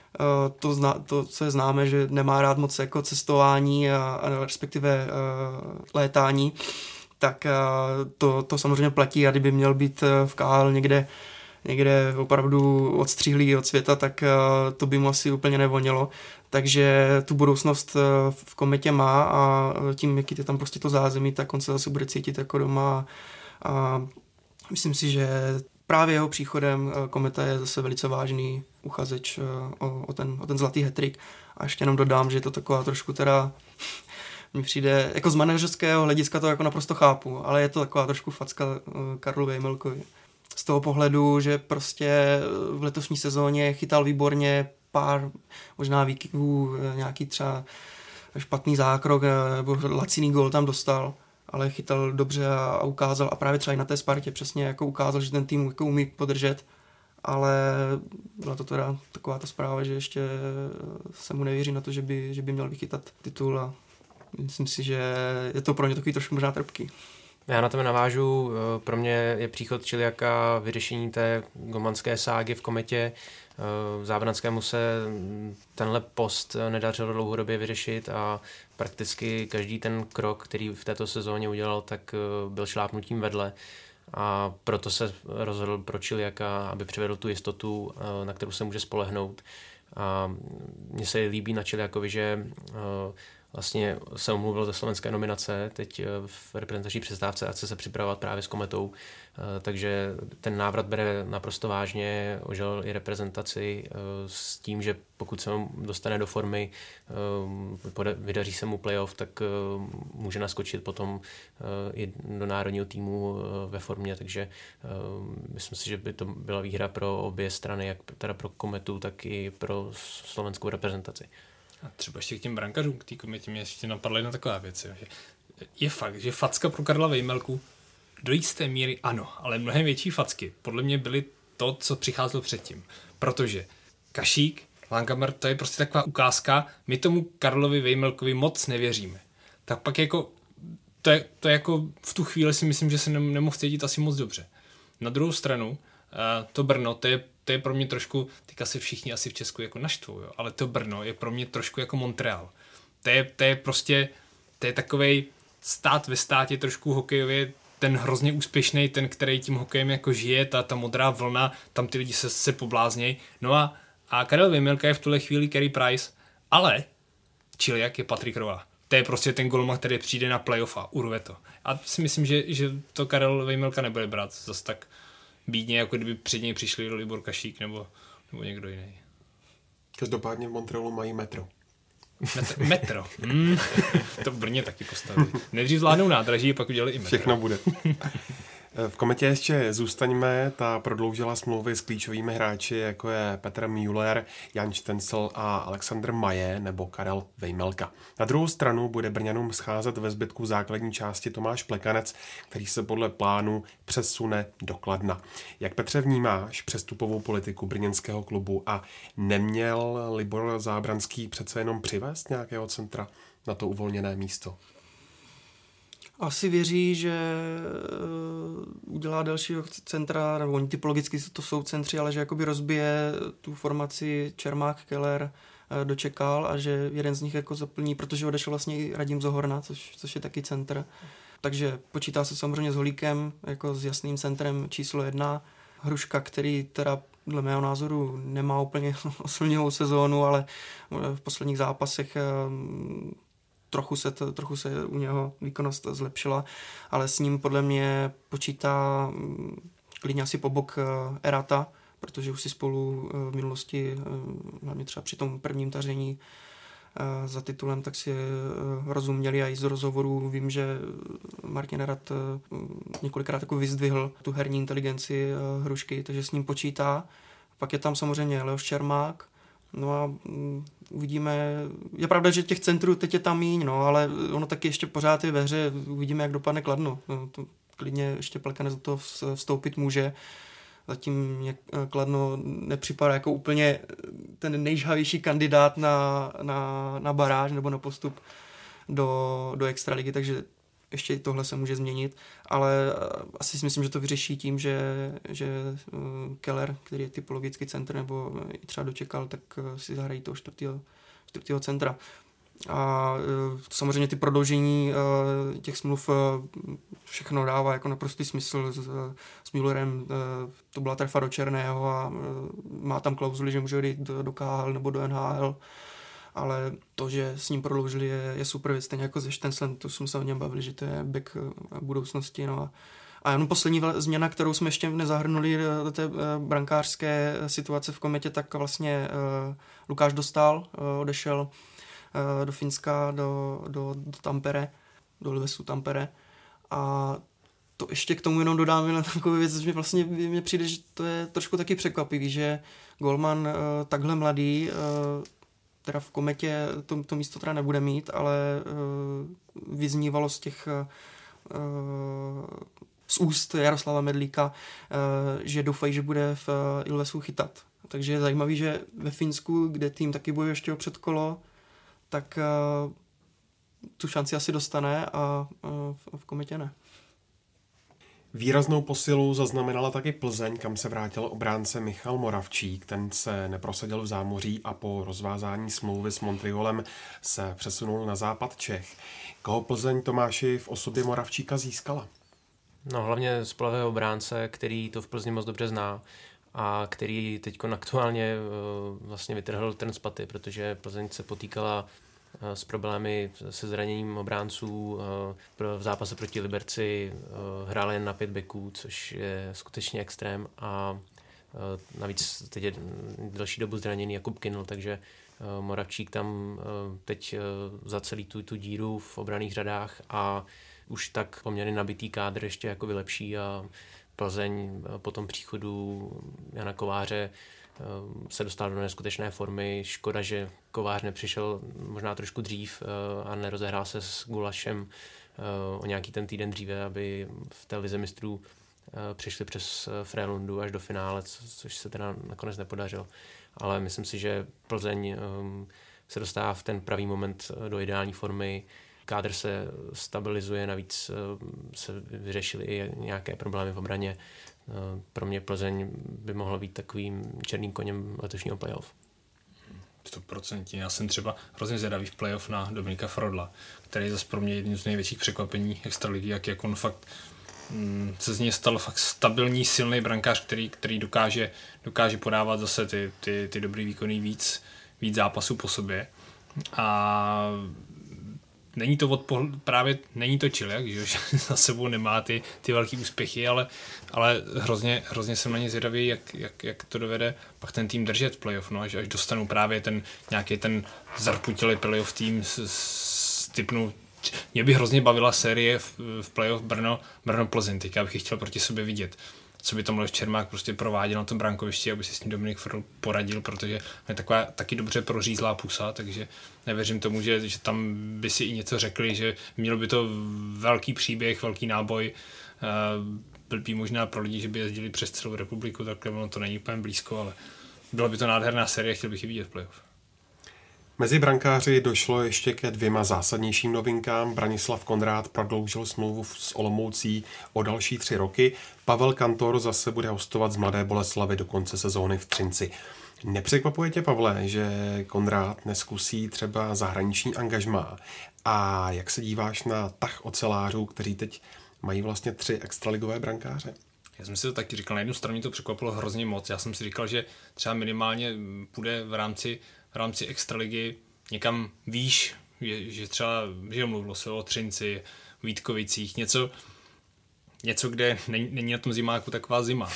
to, co je známe, že nemá rád moc jako cestování a respektive létání, tak to samozřejmě platí a kdyby měl být v KHL někde opravdu odstříhlý od světa, tak to by mu asi úplně nevonilo. Takže tu budoucnost v Kometě má a tím, jaký je tam prostě to zázemí, tak on se zase bude cítit jako doma a myslím si, že právě jeho příchodem Kometa je zase velice vážný uchazeč o ten zlatý hat-trick. A ještě jenom dodám, že je to taková trošku teda mi přijde, jako z manažerského hlediska to jako naprosto chápu, ale je to taková trošku facka Karlu Vejmelkovi. Z toho pohledu, že prostě v letošní sezóně chytal výborně pár možná výkyvů, nějaký třeba špatný zákrok nebo laciný gól tam dostal, ale chytal dobře a ukázal a právě třeba i na té Spartě přesně jako ukázal, že ten tým jako umí podržet, ale byla to teda taková ta zpráva, že ještě se mu nevěří na to, že by měl vychytat titul a myslím si, že je to pro ně takový trošku možná trpký. Já na tebe navážu, pro mě je příchod Čiliaka vyřešení té golmanské ságy v Kometě. Zábranskému se tenhle post nedařilo dlouhodobě vyřešit a prakticky každý ten krok, který v této sezóně udělal, tak byl šlápnutím vedle. A proto se rozhodl pro Čiliaka, aby přivedl tu jistotu, na kterou se může spolehnout. A mně se líbí na Čiliakovi, že vlastně se omluvil ze slovenské nominace teď v reprezentační přestávce a chce se připravovat právě s Kometou, takže ten návrat bere naprosto vážně, ožil i reprezentaci s tím, že pokud se dostane do formy, vydaří se mu playoff, tak může naskočit potom i do národního týmu ve formě, takže myslím si, že by to byla výhra pro obě strany, jak teda pro Kometu, tak i pro slovenskou reprezentaci. A třeba ještě k těm brankařům, k té Kometě mě ještě napadla jedna taková věc. Že je fakt, že facka pro Karla Vejmelku do jisté míry ano, ale mnohem větší facky podle mě byly to, co přicházelo předtím. Protože Kašík, Lankamer, to je prostě taková ukázka, my tomu Karlovi Vejmelkovi moc nevěříme. Tak pak jako, to je jako v tu chvíli si myslím, že se nemohl cítit asi moc dobře. Na druhou stranu, to Brno, to je pro mě trošku, teďka se všichni asi v Česku jako naštvou, jo, ale to Brno je pro mě trošku jako Montreal. To je prostě, to je takovej stát ve státě trošku hokejově, ten hrozně úspěšný, ten, který tím hokejem jako žije, ta modrá vlna, tam ty lidi se pobláznějí. No a Karel Vejmelka je v tuhle chvíli Carey Price, ale Čiliak je Patrick Roy. To je prostě ten golman, který přijde na playoff a urve to. A si myslím, že to Karel Vejmelka nebude brát zase tak bídně, jako kdyby před něj přišli Libor Kašík nebo někdo jiný. Každopádně v Montrealu mají metro. Metro. To v Brně taky postavili. Nejdřív zvládnou nádraží, pak udělali i metro. Všechno bude. V Kometě ještě zůstaňme, ta prodloužila smlouvy s klíčovými hráči, jako je Petr Müller, Jan Štencl a Alexander Maje nebo Karel Vejmelka. Na druhou stranu bude Brňanům scházet ve zbytku základní části Tomáš Plekanec, který se podle plánu přesune do Kladna. Jak, Petře, vnímáš přestupovou politiku brněnského klubu a neměl Libor Zábranský přece jenom přivést nějakého centra na to uvolněné místo? Asi věří, že udělá dalšího centra, nebo oni typologicky to jsou centři, ale že jakoby rozbije tu formaci Čermák, Keller, dočekal a že jeden z nich jako zaplní, protože odešel vlastně i Radim Zohorna, což je taky centr. Takže počítá se samozřejmě s Holíkem, jako s jasným centrem číslo 1. Hruška, který teda dle mého názoru nemá úplně oslnilou sezónu, ale v posledních zápasech trochu se u něho výkonnost zlepšila, ale s ním podle mě počítá klidně asi po bok Erata, protože už si spolu v minulosti, hlavně třeba při tom prvním tažení za titulem, tak si rozuměli a i z rozhovorů vím, že Martin Erat několikrát jako vyzdvihl tu herní inteligenci Hrušky, takže s ním počítá. Pak je tam samozřejmě Leoš Čermák. No a uvidíme, je pravda, že těch centrů teď je tam míň, no, ale ono taky ještě pořád je ve hře, uvidíme, jak dopadne Kladno. No, to klidně ještě Plekanec do toho vstoupit může. Zatím mě Kladno nepřipadá jako úplně ten nejžhavější kandidát na baráž nebo na postup do extraligy, takže ještě tohle se může změnit, ale asi si myslím, že to vyřeší tím, že Keller, který je typologický centr, nebo i třeba dočekal, tak si zahrají toho čtvrtého centra. A samozřejmě ty prodloužení těch smluv všechno dává jako naprostý smysl. S Müllerem to byla trefa do černého a má tam klauzuli, že může jít do KHL nebo do NHL, ale to, že s ním prodloužili, je super věc, stejně jako se Stenslem, to jsme se o něm bavili, že to je back budoucnosti. No. A jenom poslední změna, kterou jsme ještě nezahrnuli do té brankářské situace v Kometě, tak vlastně Lukáš Dostál odešel do Finska, do Tampere, do Ilvesu Tampere. A to ještě k tomu jenom dodám na takovou věc, že vlastně mně přijde, že to je trošku taky překvapivý, že golman takhle mladý, teda v Kometě to místo teda nebude mít, ale vyznívalo z těch z úst Jaroslava Medlíka, že doufají, že bude v Ilvesu chytat. Takže je zajímavý, že ve Finsku, kde tým taky bojuje ještě o předkolo, tak tu šanci asi dostane a v Kometě ne. Výraznou posilu zaznamenala taky Plzeň, kam se vrátil obránce Michal Moravčík. Ten se neprosadil v zámoří a po rozvázání smlouvy s Montrealem se přesunul na západ Čech. Koho Plzeň, Tomáši, v osobě Moravčíka získala? No hlavně spolehlivého obránce, který to v Plzni moc dobře zná a který teď aktuálně vlastně vytrhl trn z paty, protože Plzeň se potýkala s problémy se zraněním obránců. V zápase proti Liberci hrál jen na 5 backů, což je skutečně extrém a navíc teď je delší dobu zraněný Jakub Kynnl, takže Moravčík tam teď za celý tu díru v obranných řadách a už tak poměrně nabitý kádr ještě jako vylepší a Plzeň po tom příchodu Jana Kováře se dostal do neskutečné formy. Škoda, že Kovář nepřišel možná trošku dřív a nerozehrál se s Gulašem o nějaký ten týden dříve, aby v té lize mistrů přišli přes Frélundu až do finále, což se teda nakonec nepodařilo. Ale myslím si, že Plzeň se dostává v ten pravý moment do ideální formy. Kádr se stabilizuje, navíc se vyřešily i nějaké problémy v obraně. Pro mě Plzeň by mohla být takovým černým koněm letošního playoff. 100%. Já jsem třeba hrozně zvědavý v playoff na Dominika Frodla, který je zase pro mě jedním z největších překvapení extraligy, jak on fakt se z něj stal fakt stabilní, silný brankář, který dokáže podávat zase ty dobrý výkony víc zápasů po sobě. A není to právě není to Chile, že za sebou nemá ty velký úspěchy, ale hrozně jsem na ně zvědavý, jak to dovede pak ten tým držet v playoff, no, až dostanou právě nějaký ten zarputilý playoff tým s typnou. Mě by hrozně bavila série v playoff Brno-Plzeň, teďka bych ji chtěl proti sobě vidět. Co by tam Leoš Čermák prostě prováděl na tom brankovišti, aby si s ním Dominik Frodl poradil, protože je taková taky dobře prořízlá pusa, takže nevěřím tomu, že tam by si i něco řekli, že mělo by to velký příběh, velký náboj, blbý možná pro lidi, že by jezdili přes celou republiku, takhle ono to není úplně blízko, ale byla by to nádherná série, chtěl bych ji vidět v playoff. Mezi brankáři došlo ještě ke 2 zásadnějším novinkám. Branislav Konrád prodloužil smlouvu s Olomoucí o další 3 roky. Pavel Kantor zase bude hostovat z Mladé Boleslavi do konce sezóny v Třinci. Nepřekvapuje tě, Pavle, že Konrád neskusí třeba zahraniční angažmá? A jak se díváš na tah ocelářů, kteří teď mají vlastně 3 extraligové brankáře? Já jsem si to taky říkal, na jednu stranu to překvapilo hrozně moc. Já jsem si říkal, že třeba minimálně půjde v rámci extraligy někam výš, že třeba, že mluvilo se o Třinci, Vítkovicích, něco, kde není na tom zimáku taková zima,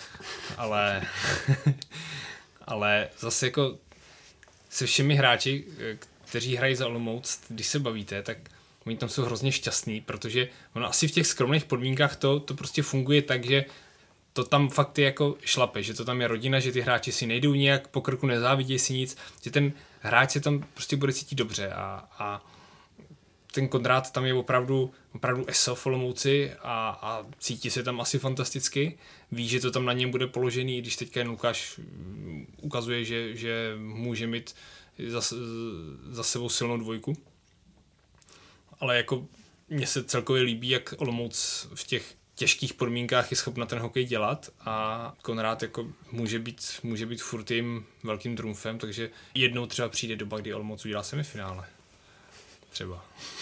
ale zase jako se všemi hráči, kteří hrají za Olomouc, když se bavíte, tak oni tam jsou hrozně šťastní, protože ono asi v těch skromných podmínkách to prostě funguje tak, že to tam fakt je jako šlape, že to tam je rodina, že ty hráči si nejdou nějak po krku, nezávidějí si nic, že ten hráč se tam prostě bude cítit dobře a ten Konrád tam je opravdu ESO v Olomouci a cítí se tam asi fantasticky. Ví, že to tam na něm bude položený, když teďka jen Lukáš ukazuje, že může mít za sebou silnou dvojku. Ale jako mně se celkově líbí, jak Olomouc v těch těžkých podmínkách je schopna ten hokej dělat a Konrád jako může být furt jim velkým trumfem, takže jednou třeba přijde doba, kdy Olomouc udělá semifinále. Třeba.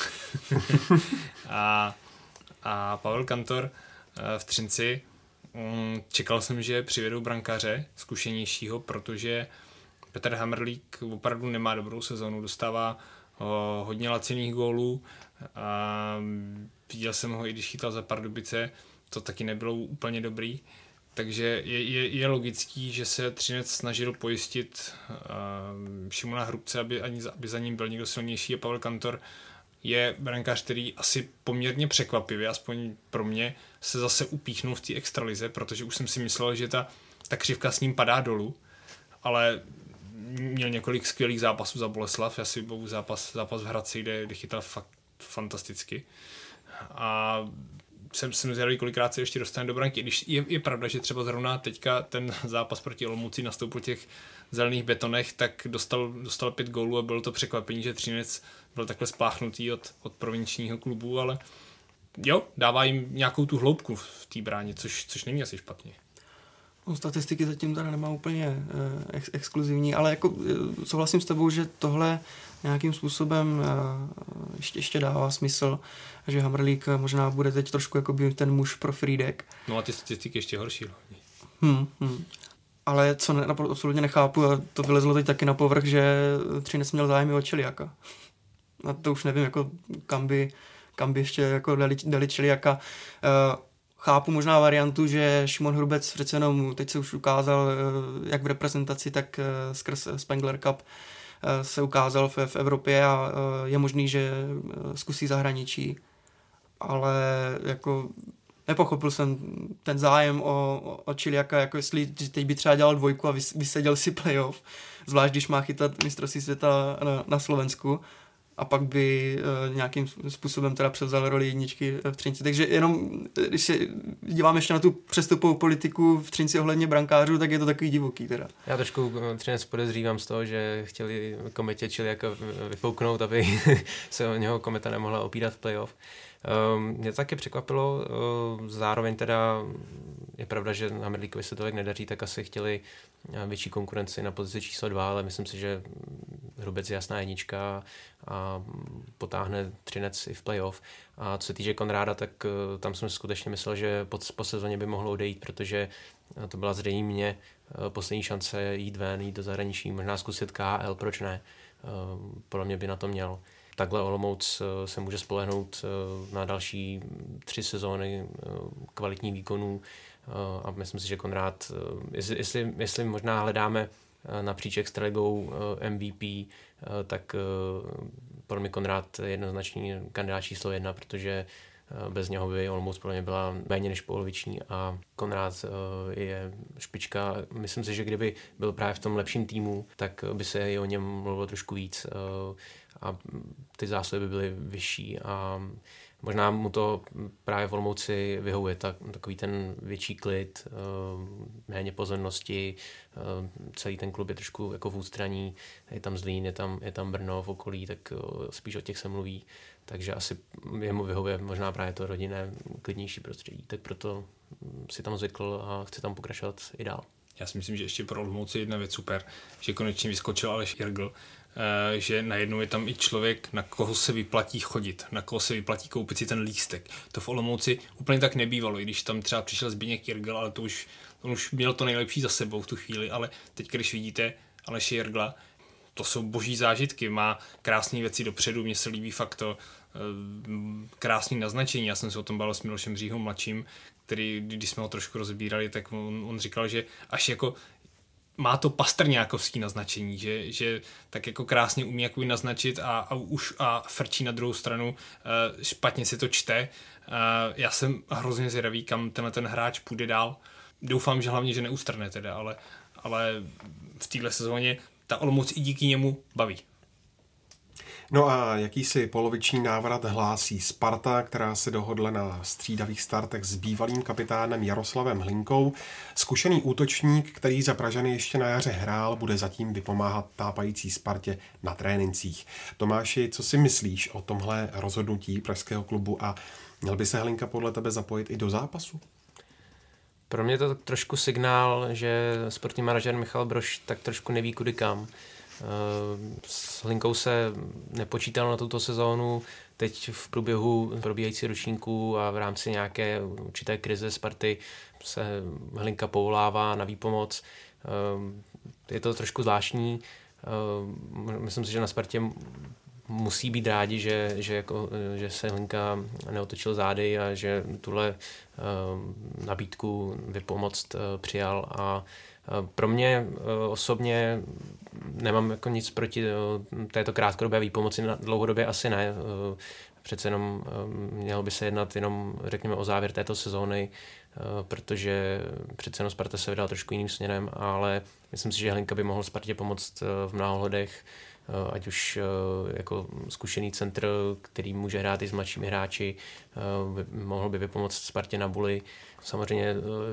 a Pavel Kantor v Třinci, čekal jsem, že přivedou brankáře zkušenějšího, protože Petr Hamrlík opravdu nemá dobrou sezonu, dostává hodně laciných gólů a viděl jsem ho, i když chytal za Pardubice, to taky nebylo úplně dobrý, takže je logický, že se Třinec snažil pojistit Šimona Hrubce, aby za ním byl někdo silnější, a Pavel Kantor je brankář, který asi poměrně překvapivě, aspoň pro mě, se zase upíchnul v té extralize, protože už jsem si myslel, že ta křivka s ním padá dolů, ale měl několik skvělých zápasů za Boleslav, asi byl zápas v Hradci, kde chytal fakt fantasticky. A jsem zvědavý, kolikrát se ještě dostane do branky. Když je pravda, že třeba zrovna teďka ten zápas proti Olomouci nastoupil těch zelených betonech, tak dostal 5 gólů a bylo to překvapení, že Třinec byl takhle spláchnutý od provinčního klubu, ale jo, dává jim nějakou tu hloubku v té bráně, což není asi špatně. Statistiky zatím teda nemá úplně exkluzivní, ale jako souhlasím s tebou, že tohle nějakým způsobem ještě dává smysl, že Hamrlík možná bude teď trošku jakoby ten muž pro Frýdek. No a ty statistiky ještě horší. Ale co absolutně nechápu, a to vylezlo teď taky na povrch, že Třinec měl zájem o Čeliaka. A to už nevím, jako kam by ještě jako dali Čeliaka. Chápu možná variantu, že Šimon Hrubec přece jenom teď se už ukázal jak v reprezentaci, tak skrz Spengler Cup se ukázal v Evropě a je možný, že zkusí zahraničí. Ale jako nepochopil jsem ten zájem o Čiliaka, jako jestli teď by třeba dělal 2 a vyseděl si playoff, zvlášť když má chytat mistrovství světa na Slovensku, a pak by nějakým způsobem teda převzal roli jedničky v Třinci. Takže jenom, když se díváme ještě na tu přestupovou politiku v Třinci ohledně brankářů, tak je to takový divoký teda. Já trošku Třinec podezřívám z toho, že chtěli Kometě Čiliaka vyfouknout, aby se o něho Kometa nemohla opírat v playoff. Mě to taky překvapilo, zároveň teda je pravda, že Hamrlíkovi se tolik nedaří, tak asi chtěli větší konkurenci na pozici číslo 2, ale myslím si, že Hrubec je jasná jednička a potáhne Třinec i v playoff. A co se týče Konráda, tak tam jsem skutečně myslel, že po sezóně by mohlo odejít, protože to byla zřejmě poslední šance jít ven, jít do zahraničí, možná zkusit KHL, proč ne? Podle mě by na to měl. Takhle Olomouc se může spolehnout na další 3 sezóny kvalitních výkonů a myslím si, že Konrád, jestli možná hledáme napříč extraligou MVP, tak podle mě Konrád je jednoznačný kandidát číslo 1, protože bez něho by Olomouc podle mě byla méně než poloviční a Konrád je špička. Myslím si, že kdyby byl právě v tom lepším týmu, tak by se i o něm mluvilo trošku víc a ty zásluhy by byly vyšší a možná mu to právě v Olomouci vyhovuje, takový ten větší klid, méně pozornosti, celý ten klub je trošku jako v ústraní, je tam Zlín, je tam Brno v okolí, tak spíš o těch se mluví, takže asi jemu vyhovuje možná právě to rodinné, klidnější prostředí, tak proto si tam zvykl a chce tam pokračovat i dál. Já si myslím, že ještě pro Olomouci jedna věc super, že konečně vyskočil Aleš Jirgl, že najednou je tam i člověk, na koho se vyplatí chodit, na koho se vyplatí koupit si ten lístek. To v Olomouci úplně tak nebývalo, i když tam třeba přišel Zbyněk Jirgl, ale on už měl to nejlepší za sebou v tu chvíli, ale teď, když vidíte Aleše Jirgla, to jsou boží zážitky, má krásné věci dopředu, mně se líbí fakt to krásné naznačení. Já jsem se o tom bavil s Milošem Říhou mladším, který, když jsme ho trošku rozbírali, tak on říkal, že až jako má to pastrňákovský naznačení, že tak jako krásně umí jako naznačit a frčí na druhou stranu, špatně si to čte. Já jsem hrozně zvědavý, kam ten hráč půjde dál. Doufám, že hlavně, že neustrne teda, ale v téhle sezóně ta Olomouc i díky němu baví. No a jakýsi poloviční návrat hlásí Sparta, která se dohodla na střídavých startech s bývalým kapitánem Jaroslavem Hlinkou. Zkušený útočník, který za Pražany ještě na jaře hrál, bude zatím vypomáhat tápající Spartě na trénincích. Tomáši, co si myslíš o tomhle rozhodnutí pražského klubu a měl by se Hlinka podle tebe zapojit i do zápasu? Pro mě to trošku signál, že sportovní manažer Michal Brož tak trošku neví kudy kam. S Hlinkou se nepočítalo na tuto sezónu, teď v průběhu probíhající ročníků a v rámci nějaké určité krize Sparty se Hlinka povolává na výpomoc. Je to trošku zvláštní. Myslím si, že na Spartě musí být rádi, že se Hlinka neotočil zády a že tuhle nabídku vypomoct přijal. A pro mě osobně nemám jako nic proti této krátkodobé výpomoci, dlouhodobě asi ne. Přece jenom mělo by se jednat jenom, řekněme, o závěr této sezóny, protože přece jenom Sparta se vydala trošku jiným směrem, ale myslím si, že Hlinka by mohl Spartě pomoct v mnoha ohledech, ať už jako zkušený centr, který může hrát i s mladšími hráči, mohl by vypomoct Spartě na Buli. Samozřejmě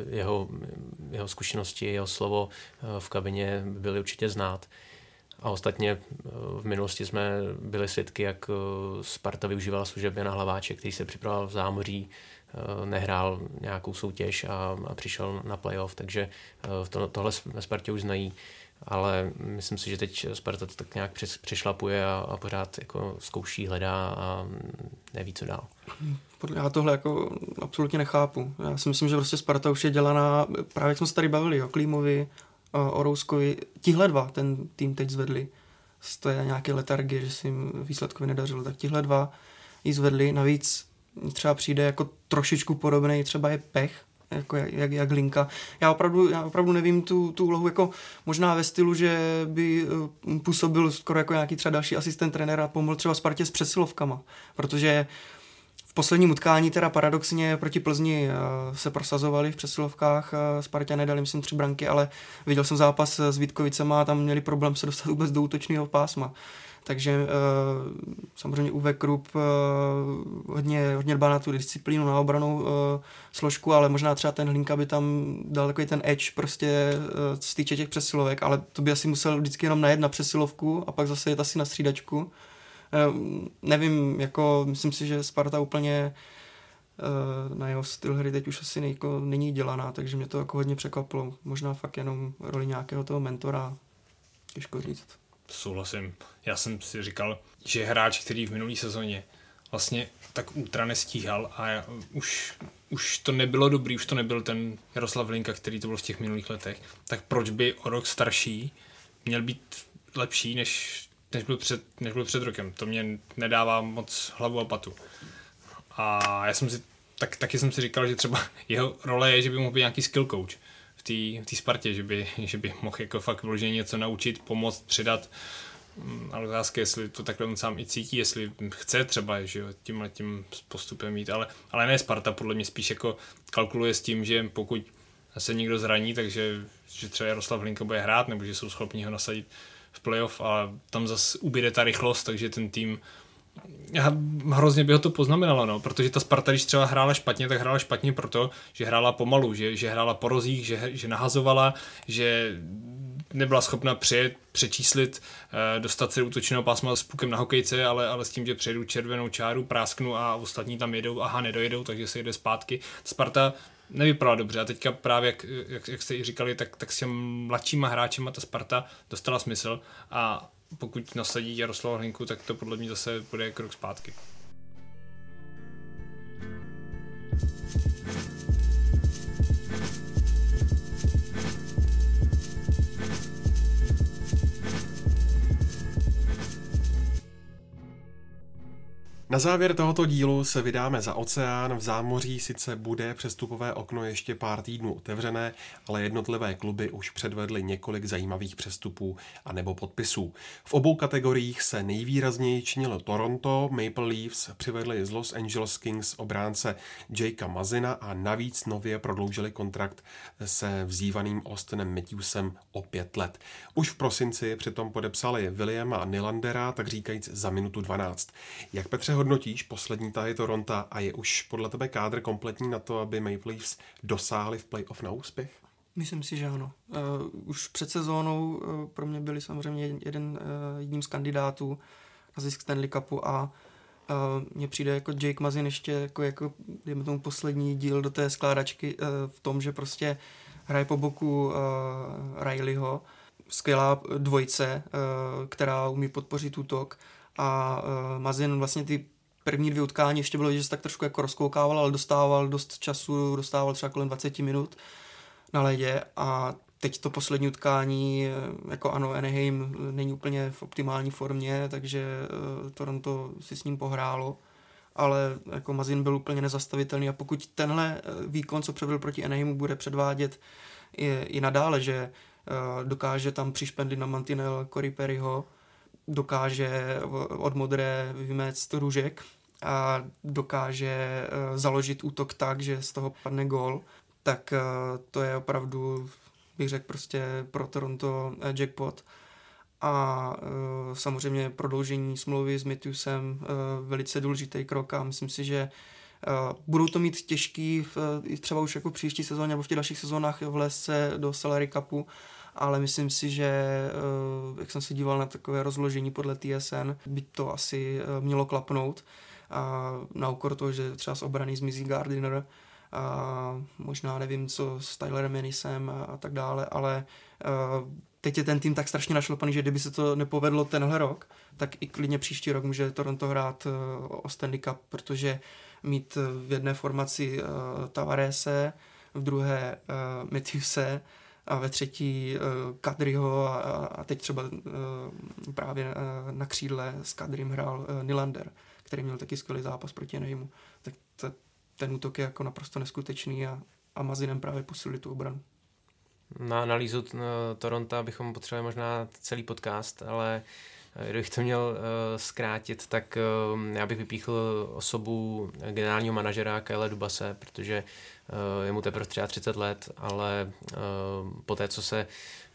jeho zkušenosti, jeho slovo v kabině byly určitě znát. A ostatně v minulosti jsme byli svědky, jak Sparta využívala služeb Jana Hlaváče, který se připravoval v zámoří, nehrál nějakou soutěž a přišel na playoff, takže tohle ve Spartě už znají. Ale myslím si, že teď Sparta to tak nějak přešlapuje a pořád jako zkouší, hledá a neví, co dál. Já tohle jako absolutně nechápu. Já si myslím, že prostě Sparta už je dělaná, právě jak jsme se tady bavili, o Klímovi, o Rouskovi, tihle dva ten tým teď zvedli. To je nějaké letargie, že se jim výsledkově nedařilo, tak tihle dva ji zvedli. Navíc třeba přijde jako trošičku podobný, třeba je Pech, jako jak Hlinka. Já opravdu nevím tu úlohu, jako možná ve stylu, že by působil skoro jako nějaký třeba další asistent trenéra a pomohl třeba Spartě s přesilovkama, protože v posledním utkání teda paradoxně proti Plzni se prosazovali v přesilovkách, Sparťané dali myslím 3 branky, ale viděl jsem zápas s Vítkovicema a tam měli problém se dostat vůbec do útočného pásma. Takže samozřejmě Uwe Krupp hodně dbá na tu disciplínu, na obranou složku, ale možná třeba ten Hlinka by tam dal takový ten edge prostě z týče těch přesilovek, ale to by asi musel vždycky jenom najet na přesilovku a pak zase jet asi na střídačku. Nevím, jako myslím si, že Sparta úplně na jeho styl hry teď už asi není dělaná, takže mě to jako hodně překvapilo. Možná fakt jenom roli nějakého toho mentora, těžko říct. Souhlasím. Já jsem si říkal, že hráč, který v minulý sezóně vlastně tak ultra nestíhal a už to nebylo dobrý, už to nebyl ten Jaroslav Hlinka, který to byl v těch minulých letech, tak proč by o rok starší měl být lepší, než byl před rokem. To mě nedává moc hlavu a patu. A já jsem si taky jsem si říkal, že třeba jeho role je, že by mohl být nějaký skill coach v té Spartě, že by mohl jako fakt vloženě něco naučit, pomoct, přidat. Ale otázka, jestli to takhle on sám i cítí, jestli chce třeba, že jo, tímhletím postupem jít, ale ne Sparta, podle mě spíš jako kalkuluje s tím, že pokud se někdo zraní, takže že třeba Jaroslav Hlinka bude hrát, nebo že jsou schopni ho nasadit v playoff a tam zase ubyde ta rychlost, takže ten tým hrozně by ho to poznamenalo, no, protože ta Sparta, když třeba hrála špatně, tak hrála špatně proto, že hrála pomalu, že hrála po rozích, že nahazovala, že nebyla schopna přečíslit, dostat se do útočného pásma s pukem na hokejce, ale s tím, že přejdu červenou čáru, prásknu a ostatní tam jedou, nedojedou, takže se jede zpátky. Sparta nevypadala dobře a teďka právě, jak jste i říkali, tak s těm mladšíma hráčema ta Sparta dostala smysl a pokud nasadí Jaroslava Hlinku, tak to podle mě zase bude krok zpátky. Na závěr tohoto dílu se vydáme za oceán. V zámoří sice bude přestupové okno ještě pár týdnů otevřené, ale jednotlivé kluby už předvedly několik zajímavých přestupů a nebo podpisů. V obou kategoriích se nejvýrazněji činilo Toronto. Maple Leafs přivedli z Los Angeles Kings obránce Jakea Mazina a navíc nově prodloužili kontrakt se vzývaným Austinem Matthewsem o 5 let. Už v prosinci přitom podepsali Williama Nylandera, tak říkajíc za minutu 12. Jak, Petře, hodnotíš poslední tahy Toronto a je už podle tebe kádr kompletní na to, aby Maple Leafs dosáhli v playoff na úspěch? Myslím si, že ano. Už před sezónou pro mě byli samozřejmě jedním z kandidátů na zisk Stanley Cupu a mně přijde jako Jake Mazin ještě jako dejme tomu poslední díl do té skládačky v tom, že prostě hraje po boku Rileyho, skvělá dvojice, která umí podpořit útok a Mazin vlastně ty první 2 utkání ještě bylo, že se tak trošku jako rozkoukával, ale dostával dost času, dostával třeba kolem 20 minut na ledě a teď to poslední utkání, jako ano, Anaheim není úplně v optimální formě, takže Toronto si s ním pohrálo, ale jako Mazin byl úplně nezastavitelný a pokud tenhle výkon, co předvedl proti Anaheimu, bude předvádět i nadále, že dokáže tam přišpendlit na mantinel Corey Perryho, dokáže od modré vyméct růžek a dokáže založit útok tak, že z toho padne gól, tak to je opravdu, bych řekl, prostě pro Toronto jackpot. A samozřejmě prodloužení smlouvy s Matthewsem velice důležitý krok a myslím si, že budou to mít těžký třeba už jako příští sezóně nebo v těch dalších sezónách vlézt se do salary capu, ale myslím si, že jak jsem se díval na takové rozložení podle TSN, by to asi mělo klapnout a na úkor toho, že třeba z obrany zmizí Gardiner a možná nevím, co s Tylerem Ennisem a tak dále, ale teď je ten tým tak strašně našlapaný, že kdyby se to nepovedlo tenhle rok, tak i klidně příští rok může Toronto hrát o Stanley Cup, protože mít v jedné formaci Tavarese, v druhé Matthewse a ve třetí Kadriho a teď třeba právě na křídle s Kadrym hrál Nylander, který měl taky skvělý zápas proti Anaheimu. Tak ten útok je jako naprosto neskutečný a Mazinem právě posiluje tu obranu. Na analýzu Toronto bychom potřebovali možná celý podcast, ale kdybych to měl zkrátit, tak já bych vypíchl osobu generálního manažera Kyle Dubase, protože je mu teprve 33 let, ale po té, co se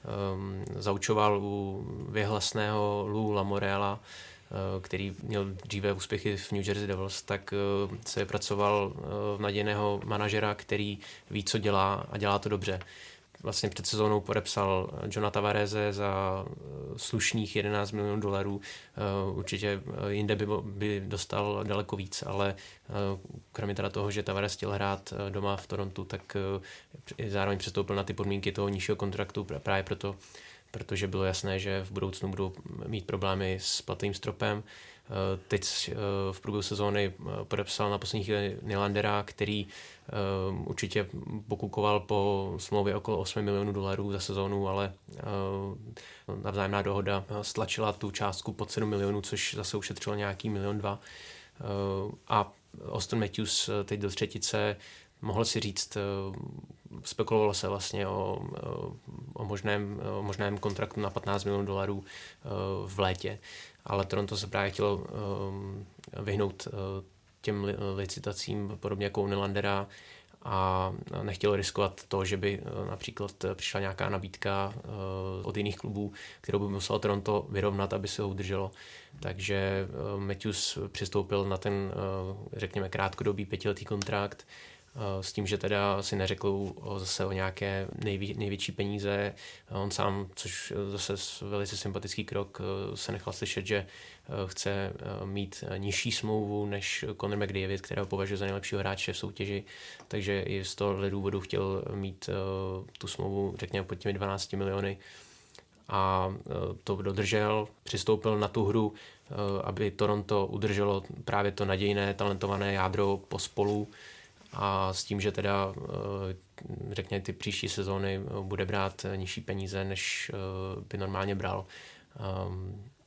zaučoval u věhlasného Lou Lamoriela, který měl dříve úspěchy v New Jersey Devils, tak se pracoval v nadějného manažera, který ví, co dělá a dělá to dobře. Vlastně před sezónou podepsal Johna Tavarese za slušných $11 milionů. Určitě jinde by dostal daleko víc, ale kromě teda toho, že Tavares chtěl hrát doma v Torontu, tak zároveň přestoupil na ty podmínky toho nižšího kontraktu právě proto, protože bylo jasné, že v budoucnu budou mít problémy s platovým stropem. Teď v průběhu sezóny podepsal na posledních Nylandera, který určitě pokukoval po smlouvě okolo $8 milionů za sezónu, ale navzájemná dohoda stlačila tu částku pod 7 milionů, což zase ušetřilo nějaký 1,2 milionu. A Austin Matthews teď do třetice, mohl si říct, spekulovalo se vlastně o možném kontraktu na $15 milionů v létě, ale Toronto se právě chtělo vyhnout těm licitacím podobně jako u Nylandera a nechtělo riskovat to, že by například přišla nějaká nabídka od jiných klubů, kterou by muselo Toronto vyrovnat, aby se ho udrželo. Takže Matthews přistoupil na ten, řekněme, krátkodobý 5letý kontrakt s tím, že teda si neřekl zase o nějaké největší peníze. On sám, což zase velice sympatický krok, se nechal slyšet, že chce mít nižší smlouvu než Connor McDavid, kterého považuje za nejlepšího hráče v soutěži, takže i z toho důvodu chtěl mít tu smlouvu, řekněme, pod těmi 12 miliony. A to dodržel, přistoupil na tu hru, aby Toronto udrželo právě to nadějné, talentované jádro pospolu, a s tím, že teda řekněme ty příští sezóny bude brát nižší peníze, než by normálně bral.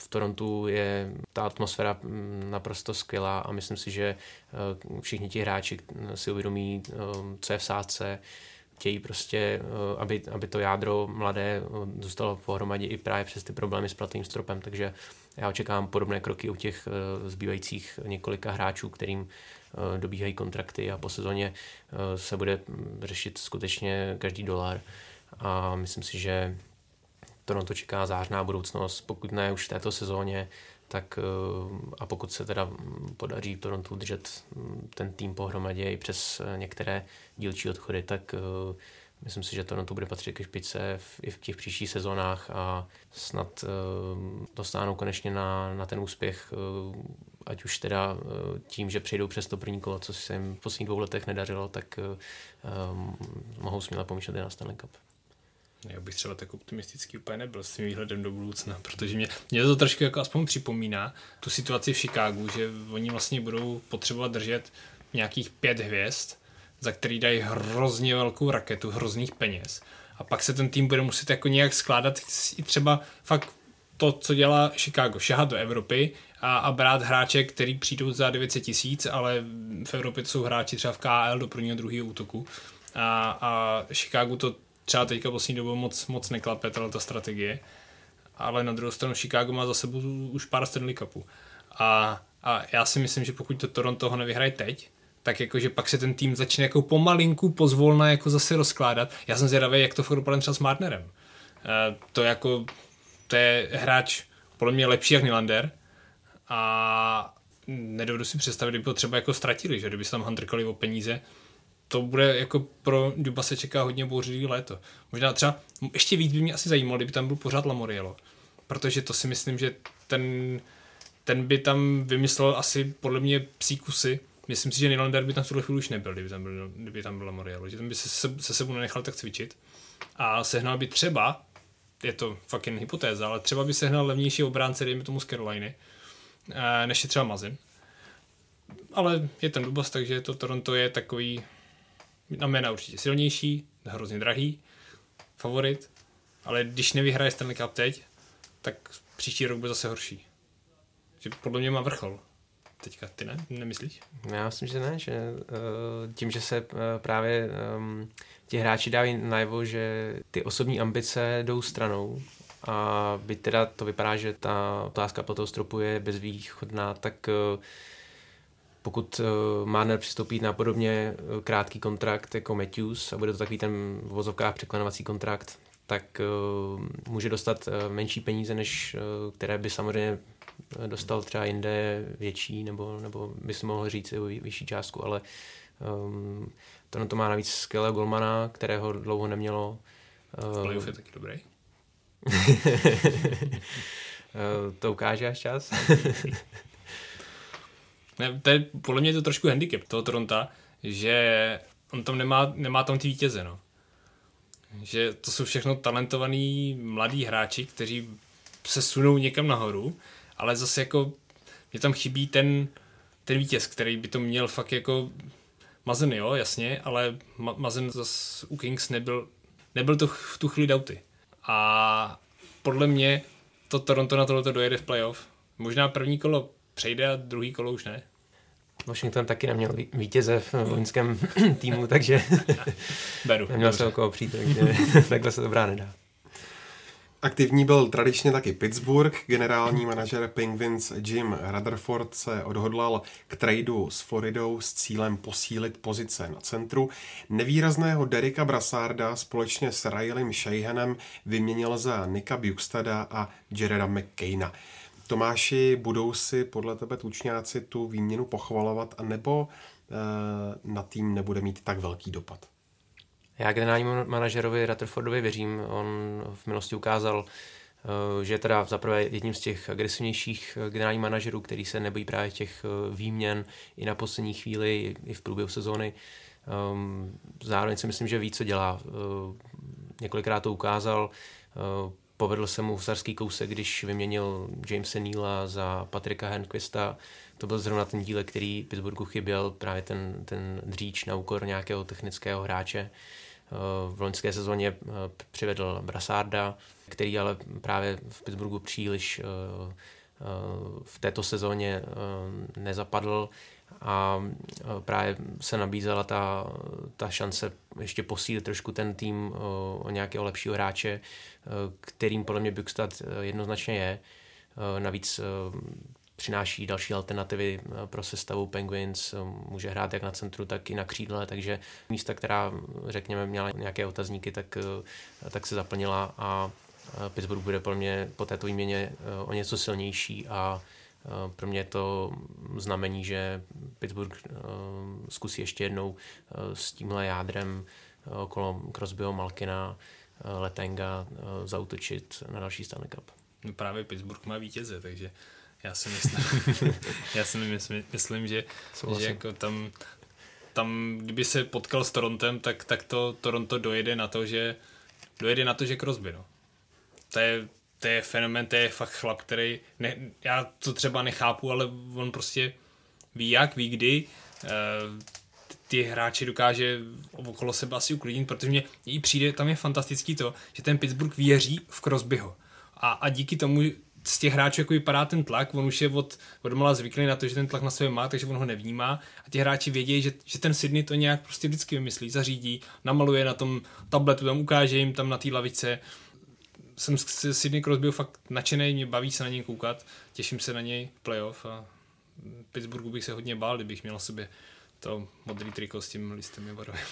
v Torontu je ta atmosféra naprosto skvělá a myslím si, že všichni ti hráči si uvědomí, co je v sázce, chtějí prostě, aby to jádro mladé zůstalo pohromadě i právě přes ty problémy s platovým stropem, takže já očekávám podobné kroky u těch zbývajících několika hráčů, kterým dobíhají kontrakty a po sezóně se bude řešit skutečně každý dolar a myslím si, že Toronto čeká zářná budoucnost, pokud ne už v této sezóně, tak a pokud se teda podaří Toronto držet ten tým pohromadě i přes některé dílčí odchody, tak myslím si, že Toronto bude patřit ke špičce i v těch příštích sezónách a snad dostáhnou konečně na ten úspěch, ať už teda tím, že přejdou přes to první kolo, co se jim v posledních 2 letech nedařilo, tak mohou směle pomýšlet i na Stanley Cup. Já bych třeba tak optimistický úplně nebyl s tím výhledem do budoucna, protože mě to trošku jako aspoň připomíná tu situaci v Chicagu, že oni vlastně budou potřebovat držet nějakých 5 hvězd, za který dají hrozně velkou raketu, hrozných peněz. A pak se ten tým bude muset jako nějak skládat i třeba fakt to, co dělá Chicago, šahat do Evropy a brát hráče, který přijdou za 900 000, ale v Evropě to jsou hráči třeba v KHL do prvního, druhého útoku. A Chicago to třeba teďka poslední dobou moc neklape, ta strategie, ale na druhou stranu Chicago má za sebou už pár Stanley Cupů. A já si myslím, že pokud to Toronto ho nevyhraje teď, tak jakože pak se ten tým začne jako pomalinku, pozvolna jako zase rozkládat. Já jsem zvědavý, jak to fakt dopadne třeba s Marnerem. To je hráč podle mě lepší jak Nylander a nedovedu si představit, kdyby ho třeba jako ztratili, že kdyby se tam handrkali o peníze. To bude jako pro Duba se čeká hodně bouřlivý léto. Možná třeba ještě víc by mě asi zajímalo, kdyby tam byl pořád Lamoriello. Protože to si myslím, že ten by tam vymyslel asi podle mě psí kusy. Myslím si, že Nylander by tam v tuhle chvíli už nebyl, kdyby tam byl Lamoriello. Že tam by se sebou nenechal tak cvičit. A sehnal by třeba, je to fakt jen hypotéza, ale třeba by sehnal levnější obránce, dejme tomu z Caroliny, než je třeba Mazin. Ale je ten Dubas, takže to Toronto je takový na jména určitě silnější, hrozně drahý, favorit, ale když nevyhraje Stanley Cup teď, tak příští rok bude zase horší. Že podle mě má vrchol. Teďka ty nemyslíš? Já myslím, že ne, že tím, že se právě ti hráči dávají najevo, že ty osobní ambice jdou stranou a byť teda to vypadá, že ta otázka platového stropu je bezvýchodná, tak pokud Marner přistoupí na podobně krátký kontrakt jako Matthews a bude to takový ten v vozovkách překlenovací kontrakt, tak může dostat menší peníze, než které by samozřejmě dostal třeba jinde větší, nebo by si mohl říct i vyšší částku, ale to má navíc skvělého golmana, kterého dlouho nemělo. Playoff je taky dobrý. To ukáže až čas. Ne, to je, podle mě je to trošku handicap toho Toronta, že on tam nemá tam ty vítěze, no. Že to jsou všechno talentovaní mladí hráči, kteří se sunou někam nahoru, ale zase jako mě tam chybí ten vítěz, který by to měl fakt jako Mazen, jo, jasně, ale Mazen zase u Kings nebyl to v tu chvíli Doughty. A podle mě to Toronto na tohleto dojede v playoff. Možná první kolo přejde a druhý kolo už ne. Washington taky neměl vítěze v loňském týmu, takže neměl se o koho přijít, takže takhle se dobrá nedá. Aktivní byl tradičně taky Pittsburgh. Generální manažer Penguins Jim Rutherford se odhodlal k tradu s Floridou s cílem posílit pozice na centru. Nevýrazného Derricka Brassarda společně s Rileym Sheahanem vyměnil za Nicka Bjugstada a Jareda McCaina. Tomáši, budou si podle tebe tučňáci tu výměnu pochvalovat, anebo na tým nebude mít tak velký dopad? Já generálnímu manažerovi Rutherfordovi věřím. On v minulosti ukázal, že je teda zaprvé jedním z těch agresivnějších generálních manažerů, který se nebojí právě těch výměn i na poslední chvíli, i v průběhu sezóny. Zároveň si myslím, že ví, co dělá. Několikrát to ukázal. Povedl se mu husarský kousek, když vyměnil Jamesa Neala za Patricka Hernquista. To byl zrovna ten dílek, který Pittsburghu chyběl, právě ten dříč na úkor nějakého technického hráče. V loňské sezóně přivedl Brassarda, který ale právě v Pittsburghu příliš v této sezóně nezapadl a právě se nabízela ta šance ještě posílit trošku ten tým o nějakého lepšího hráče, kterým podle mě Bjugstad jednoznačně je. Navíc přináší další alternativy pro sestavu Penguins, může hrát jak na centru, tak i na křídle, takže místa, která, řekněme, měla nějaké otazníky, tak se zaplnila a Pittsburgh bude pro mě po této výměně o něco silnější a pro mě je to znamení, že Pittsburgh zkusí ještě jednou s tímhle jádrem okolo Crosbyho, Malkina, Letenga zaútočit na další Stanley Cup. No právě Pittsburgh má vítěze, takže já si myslím, že jako tam, kdyby se potkal s Torontem, tak to Toronto dojede na to, že Crosby, no. To je fenomén, to je fakt chlap, který, já to třeba nechápu, ale on prostě ví kdy, ty hráči dokáže okolo sebe asi uklidnit, protože mně i přijde, tam je fantastický to, že ten Pittsburgh věří v Crosbyho. A díky tomu z těch hráčů jako vypadá ten tlak, on už je odmala zvyklý na to, že ten tlak na sebe má, takže on ho nevnímá a ti hráči vědí, že ten Sidney to nějak prostě vždycky vymyslí, zařídí, namaluje na tom tabletu, tam ukáže jim tam na té lavice. Jsem s Sidney Crosby fakt nadšenej, mě baví se na něj koukat, těším se na něj v playoff a Pittsburghu bych se hodně bál, kdybych měl na sobě to modrý triko s tím listem Javarovým.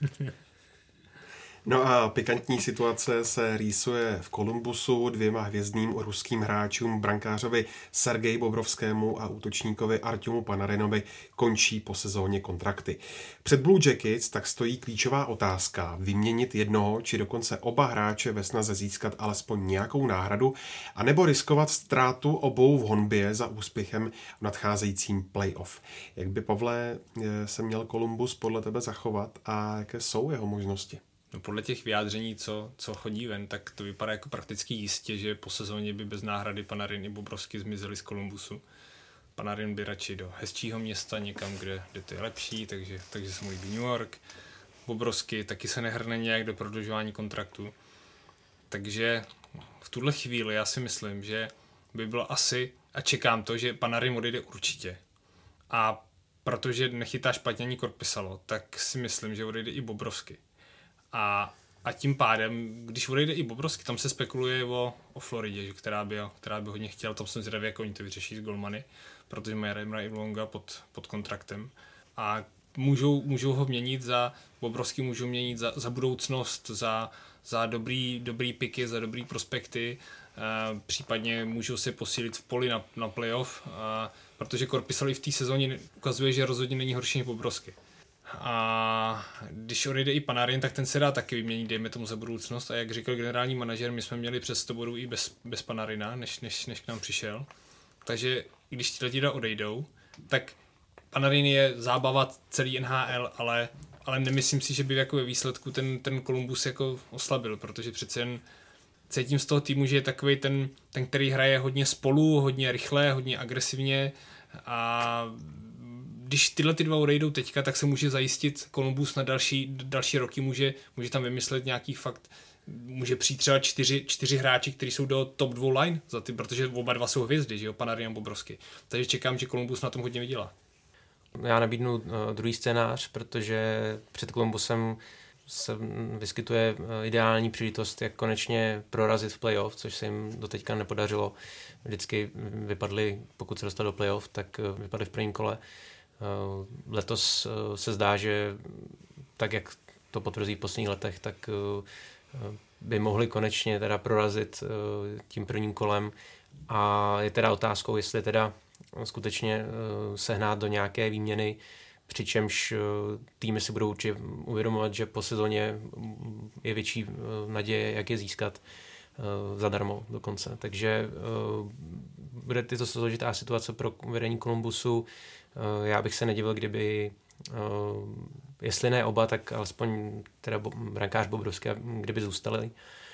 No a pikantní situace se rýsuje v Kolumbusu. 2 hvězdným ruským hráčům, brankářovi Sergeji Bobrovskému a útočníkovi Artemu Panarinovi končí po sezóně kontrakty. Před Blue Jackets tak stojí klíčová otázka vyměnit jednoho či dokonce oba hráče ve snaze získat alespoň nějakou náhradu, anebo riskovat ztrátu obou v honbě za úspěchem v nadcházejícím playoff. Jak by, Pavle, se měl Columbus podle tebe zachovat a jaké jsou jeho možnosti? No podle těch vyjádření, co chodí ven, tak to vypadá jako prakticky jistě, že po sezóně by bez náhrady Panarin i Bobrovský zmizeli z Columbusu. Panarin by radši do hezčího města, někam, kde to je lepší, takže se mu líbí New York. Bobrovský taky se nehrne nějak do prodlužování kontraktu. Takže v tuhle chvíli já si myslím, že by bylo asi, a čekám to, že Panarin odejde určitě. A protože nechytá špatně ani Korpisalo, tak si myslím, že odejde i Bobrovský. A tím pádem, když odejde i Bobrovský, tam se spekuluje o Floridě, že, která by hodně chtěla, tam jsem zvědavý, jak oni to vyřeší s golmany, protože mají Reimera i Longa pod kontraktem. A můžou ho měnit Bobrovský můžou měnit za budoucnost, za dobrý piky, za dobrý prospekty, případně můžou se posílit v poli na playoff, protože Korpisalo v té sezóně ukazuje, že rozhodně není horší než Bobrovský. A když odejde i Panarin, tak ten se dá taky vyměnit, dejme tomu za budoucnost. A jak říkal generální manažer, my jsme měli přes 100 bodů i bez Panarina, než k nám přišel. Takže když ti odejdou, tak Panarin je zábava celý NHL, ale nemyslím si, že by jako ve výsledku ten Columbus jako oslabil, protože přece jen cítím z toho týmu, že je takovej ten, který hraje hodně spolu, hodně rychle, hodně agresivně a když tyhle ty dva odejdou teďka, tak se může zajistit Columbus na další roky, může tam vymyslet nějaký fakt, může přijít třeba 4 hráči, kteří jsou do top 2 line, protože oba dva jsou hvězdy, že jo, Panarin a Bobrovský. Takže čekám, že Columbus na tom hodně vydělá. Já nabídnu druhý scénář, protože před Columbusem se vyskytuje ideální příležitost, jak konečně prorazit v playoff, což se jim doteďka nepodařilo. Vždycky vypadli, pokud se dostali do playoff, tak vypadli v prvním kole. Letos se zdá, že tak, jak to potvrzí v posledních letech, tak by mohli konečně teda prorazit tím prvním kolem a je teda otázkou, jestli teda skutečně sehnat do nějaké výměny, přičemž týmy si budou určitě uvědomovat, že po sezóně je větší naděje, jak je získat zadarmo dokonce. Takže bude to složitá situace pro vedení Columbusu. Já bych se nedivil, kdyby, jestli ne oba, tak alespoň teda brankář Bobrovský, kdyby zůstali.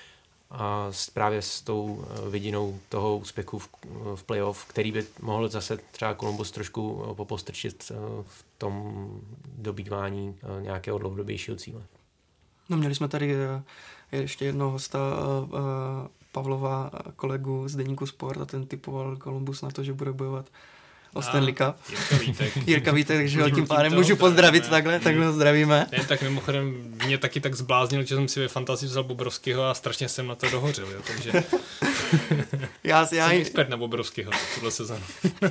A právě s tou vidinou toho úspěchu v playoff, který by mohl zase třeba Columbus trošku popostrčit v tom dobývání nějakého dlouhodobějšího cíle. No měli jsme tady ještě jednoho hosta, Pavlova, kolegu z deníku Sport, a ten typoval Columbus na to, že bude bojovat o Stanley Cup. Jirka Vítek, takže ho tím pádem můžu pozdravit takhle ho zdravíme. Ne, tak mimochodem mě taky tak zbláznil, že jsem si ve fantazii vzal Bobrovskýho a strašně jsem na to dohořil, jo, takže jsem expert na Bobrovskýho tuhle sezonu.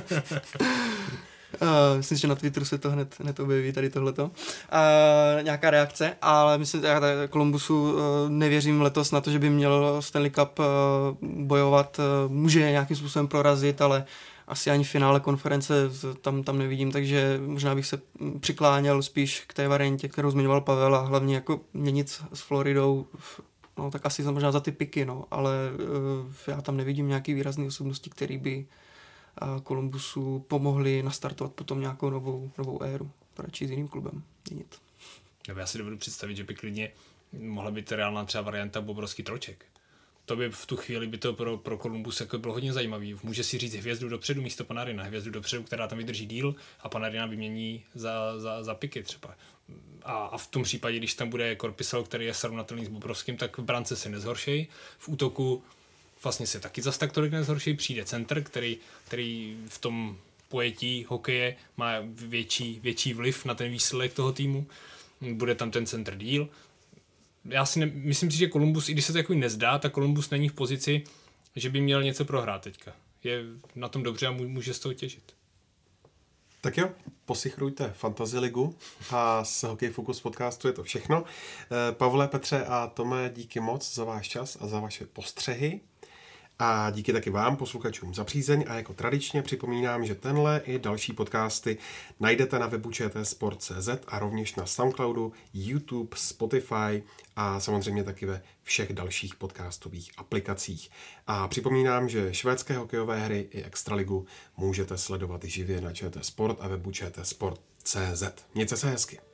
Myslím, že na Twitteru se to hned objeví tady tohleto. Nějaká reakce, ale myslím, že Columbusu nevěřím letos na to, že by měl Stanley Cup bojovat. Může nějakým způsobem prorazit, ale asi ani finále konference tam nevidím, takže možná bych se přikláněl spíš k té variantě, kterou zmiňoval Pavel, a hlavně jako měnit s Floridou, no tak asi možná za ty piky, no, ale já tam nevidím nějaký výrazný osobnosti, který by Columbusu pomohli nastartovat potom nějakou novou éru. Radši s jiným klubem měnit. Já si dovedu představit, že by klidně mohla být reálná třeba varianta Bobrovský Troček. To by v tu chvíli by to pro Columbus jako bylo hodně zajímavý. Může si říct hvězdu dopředu místo Panarina, hvězdu dopředu, která tam vydrží díl, a Panarina vymění za piky třeba. A v tom případě, když tam bude Korpisel, který je srovnatelný s Bobrovským, tak v brance se nezhorší. V útoku vlastně se taky zas tak tolik nezhorší. Přijde center, který v tom pojetí hokeje má větší vliv na ten výsledek toho týmu. Bude tam ten center díl. Myslím si, že Columbus, i když se to jako nezdá, tak Columbus není v pozici, že by měl něco prohrát teďka. Je na tom dobře a může z toho těžit. Tak jo, posichrujte Fantasy ligu a z Hokej Focus podcastu je to všechno. Pavle, Petře a Tome, díky moc za váš čas a za vaše postřehy. A díky taky vám, posluchačům, za přízeň, a jako tradičně připomínám, že tenhle i další podcasty najdete na webu čtsport.cz a rovněž na Soundcloudu, YouTube, Spotify a samozřejmě taky ve všech dalších podcastových aplikacích. A připomínám, že švédské hokejové hry i Extraligu můžete sledovat živě na ČT Sport a webu čtsport.cz. Mějte se hezky.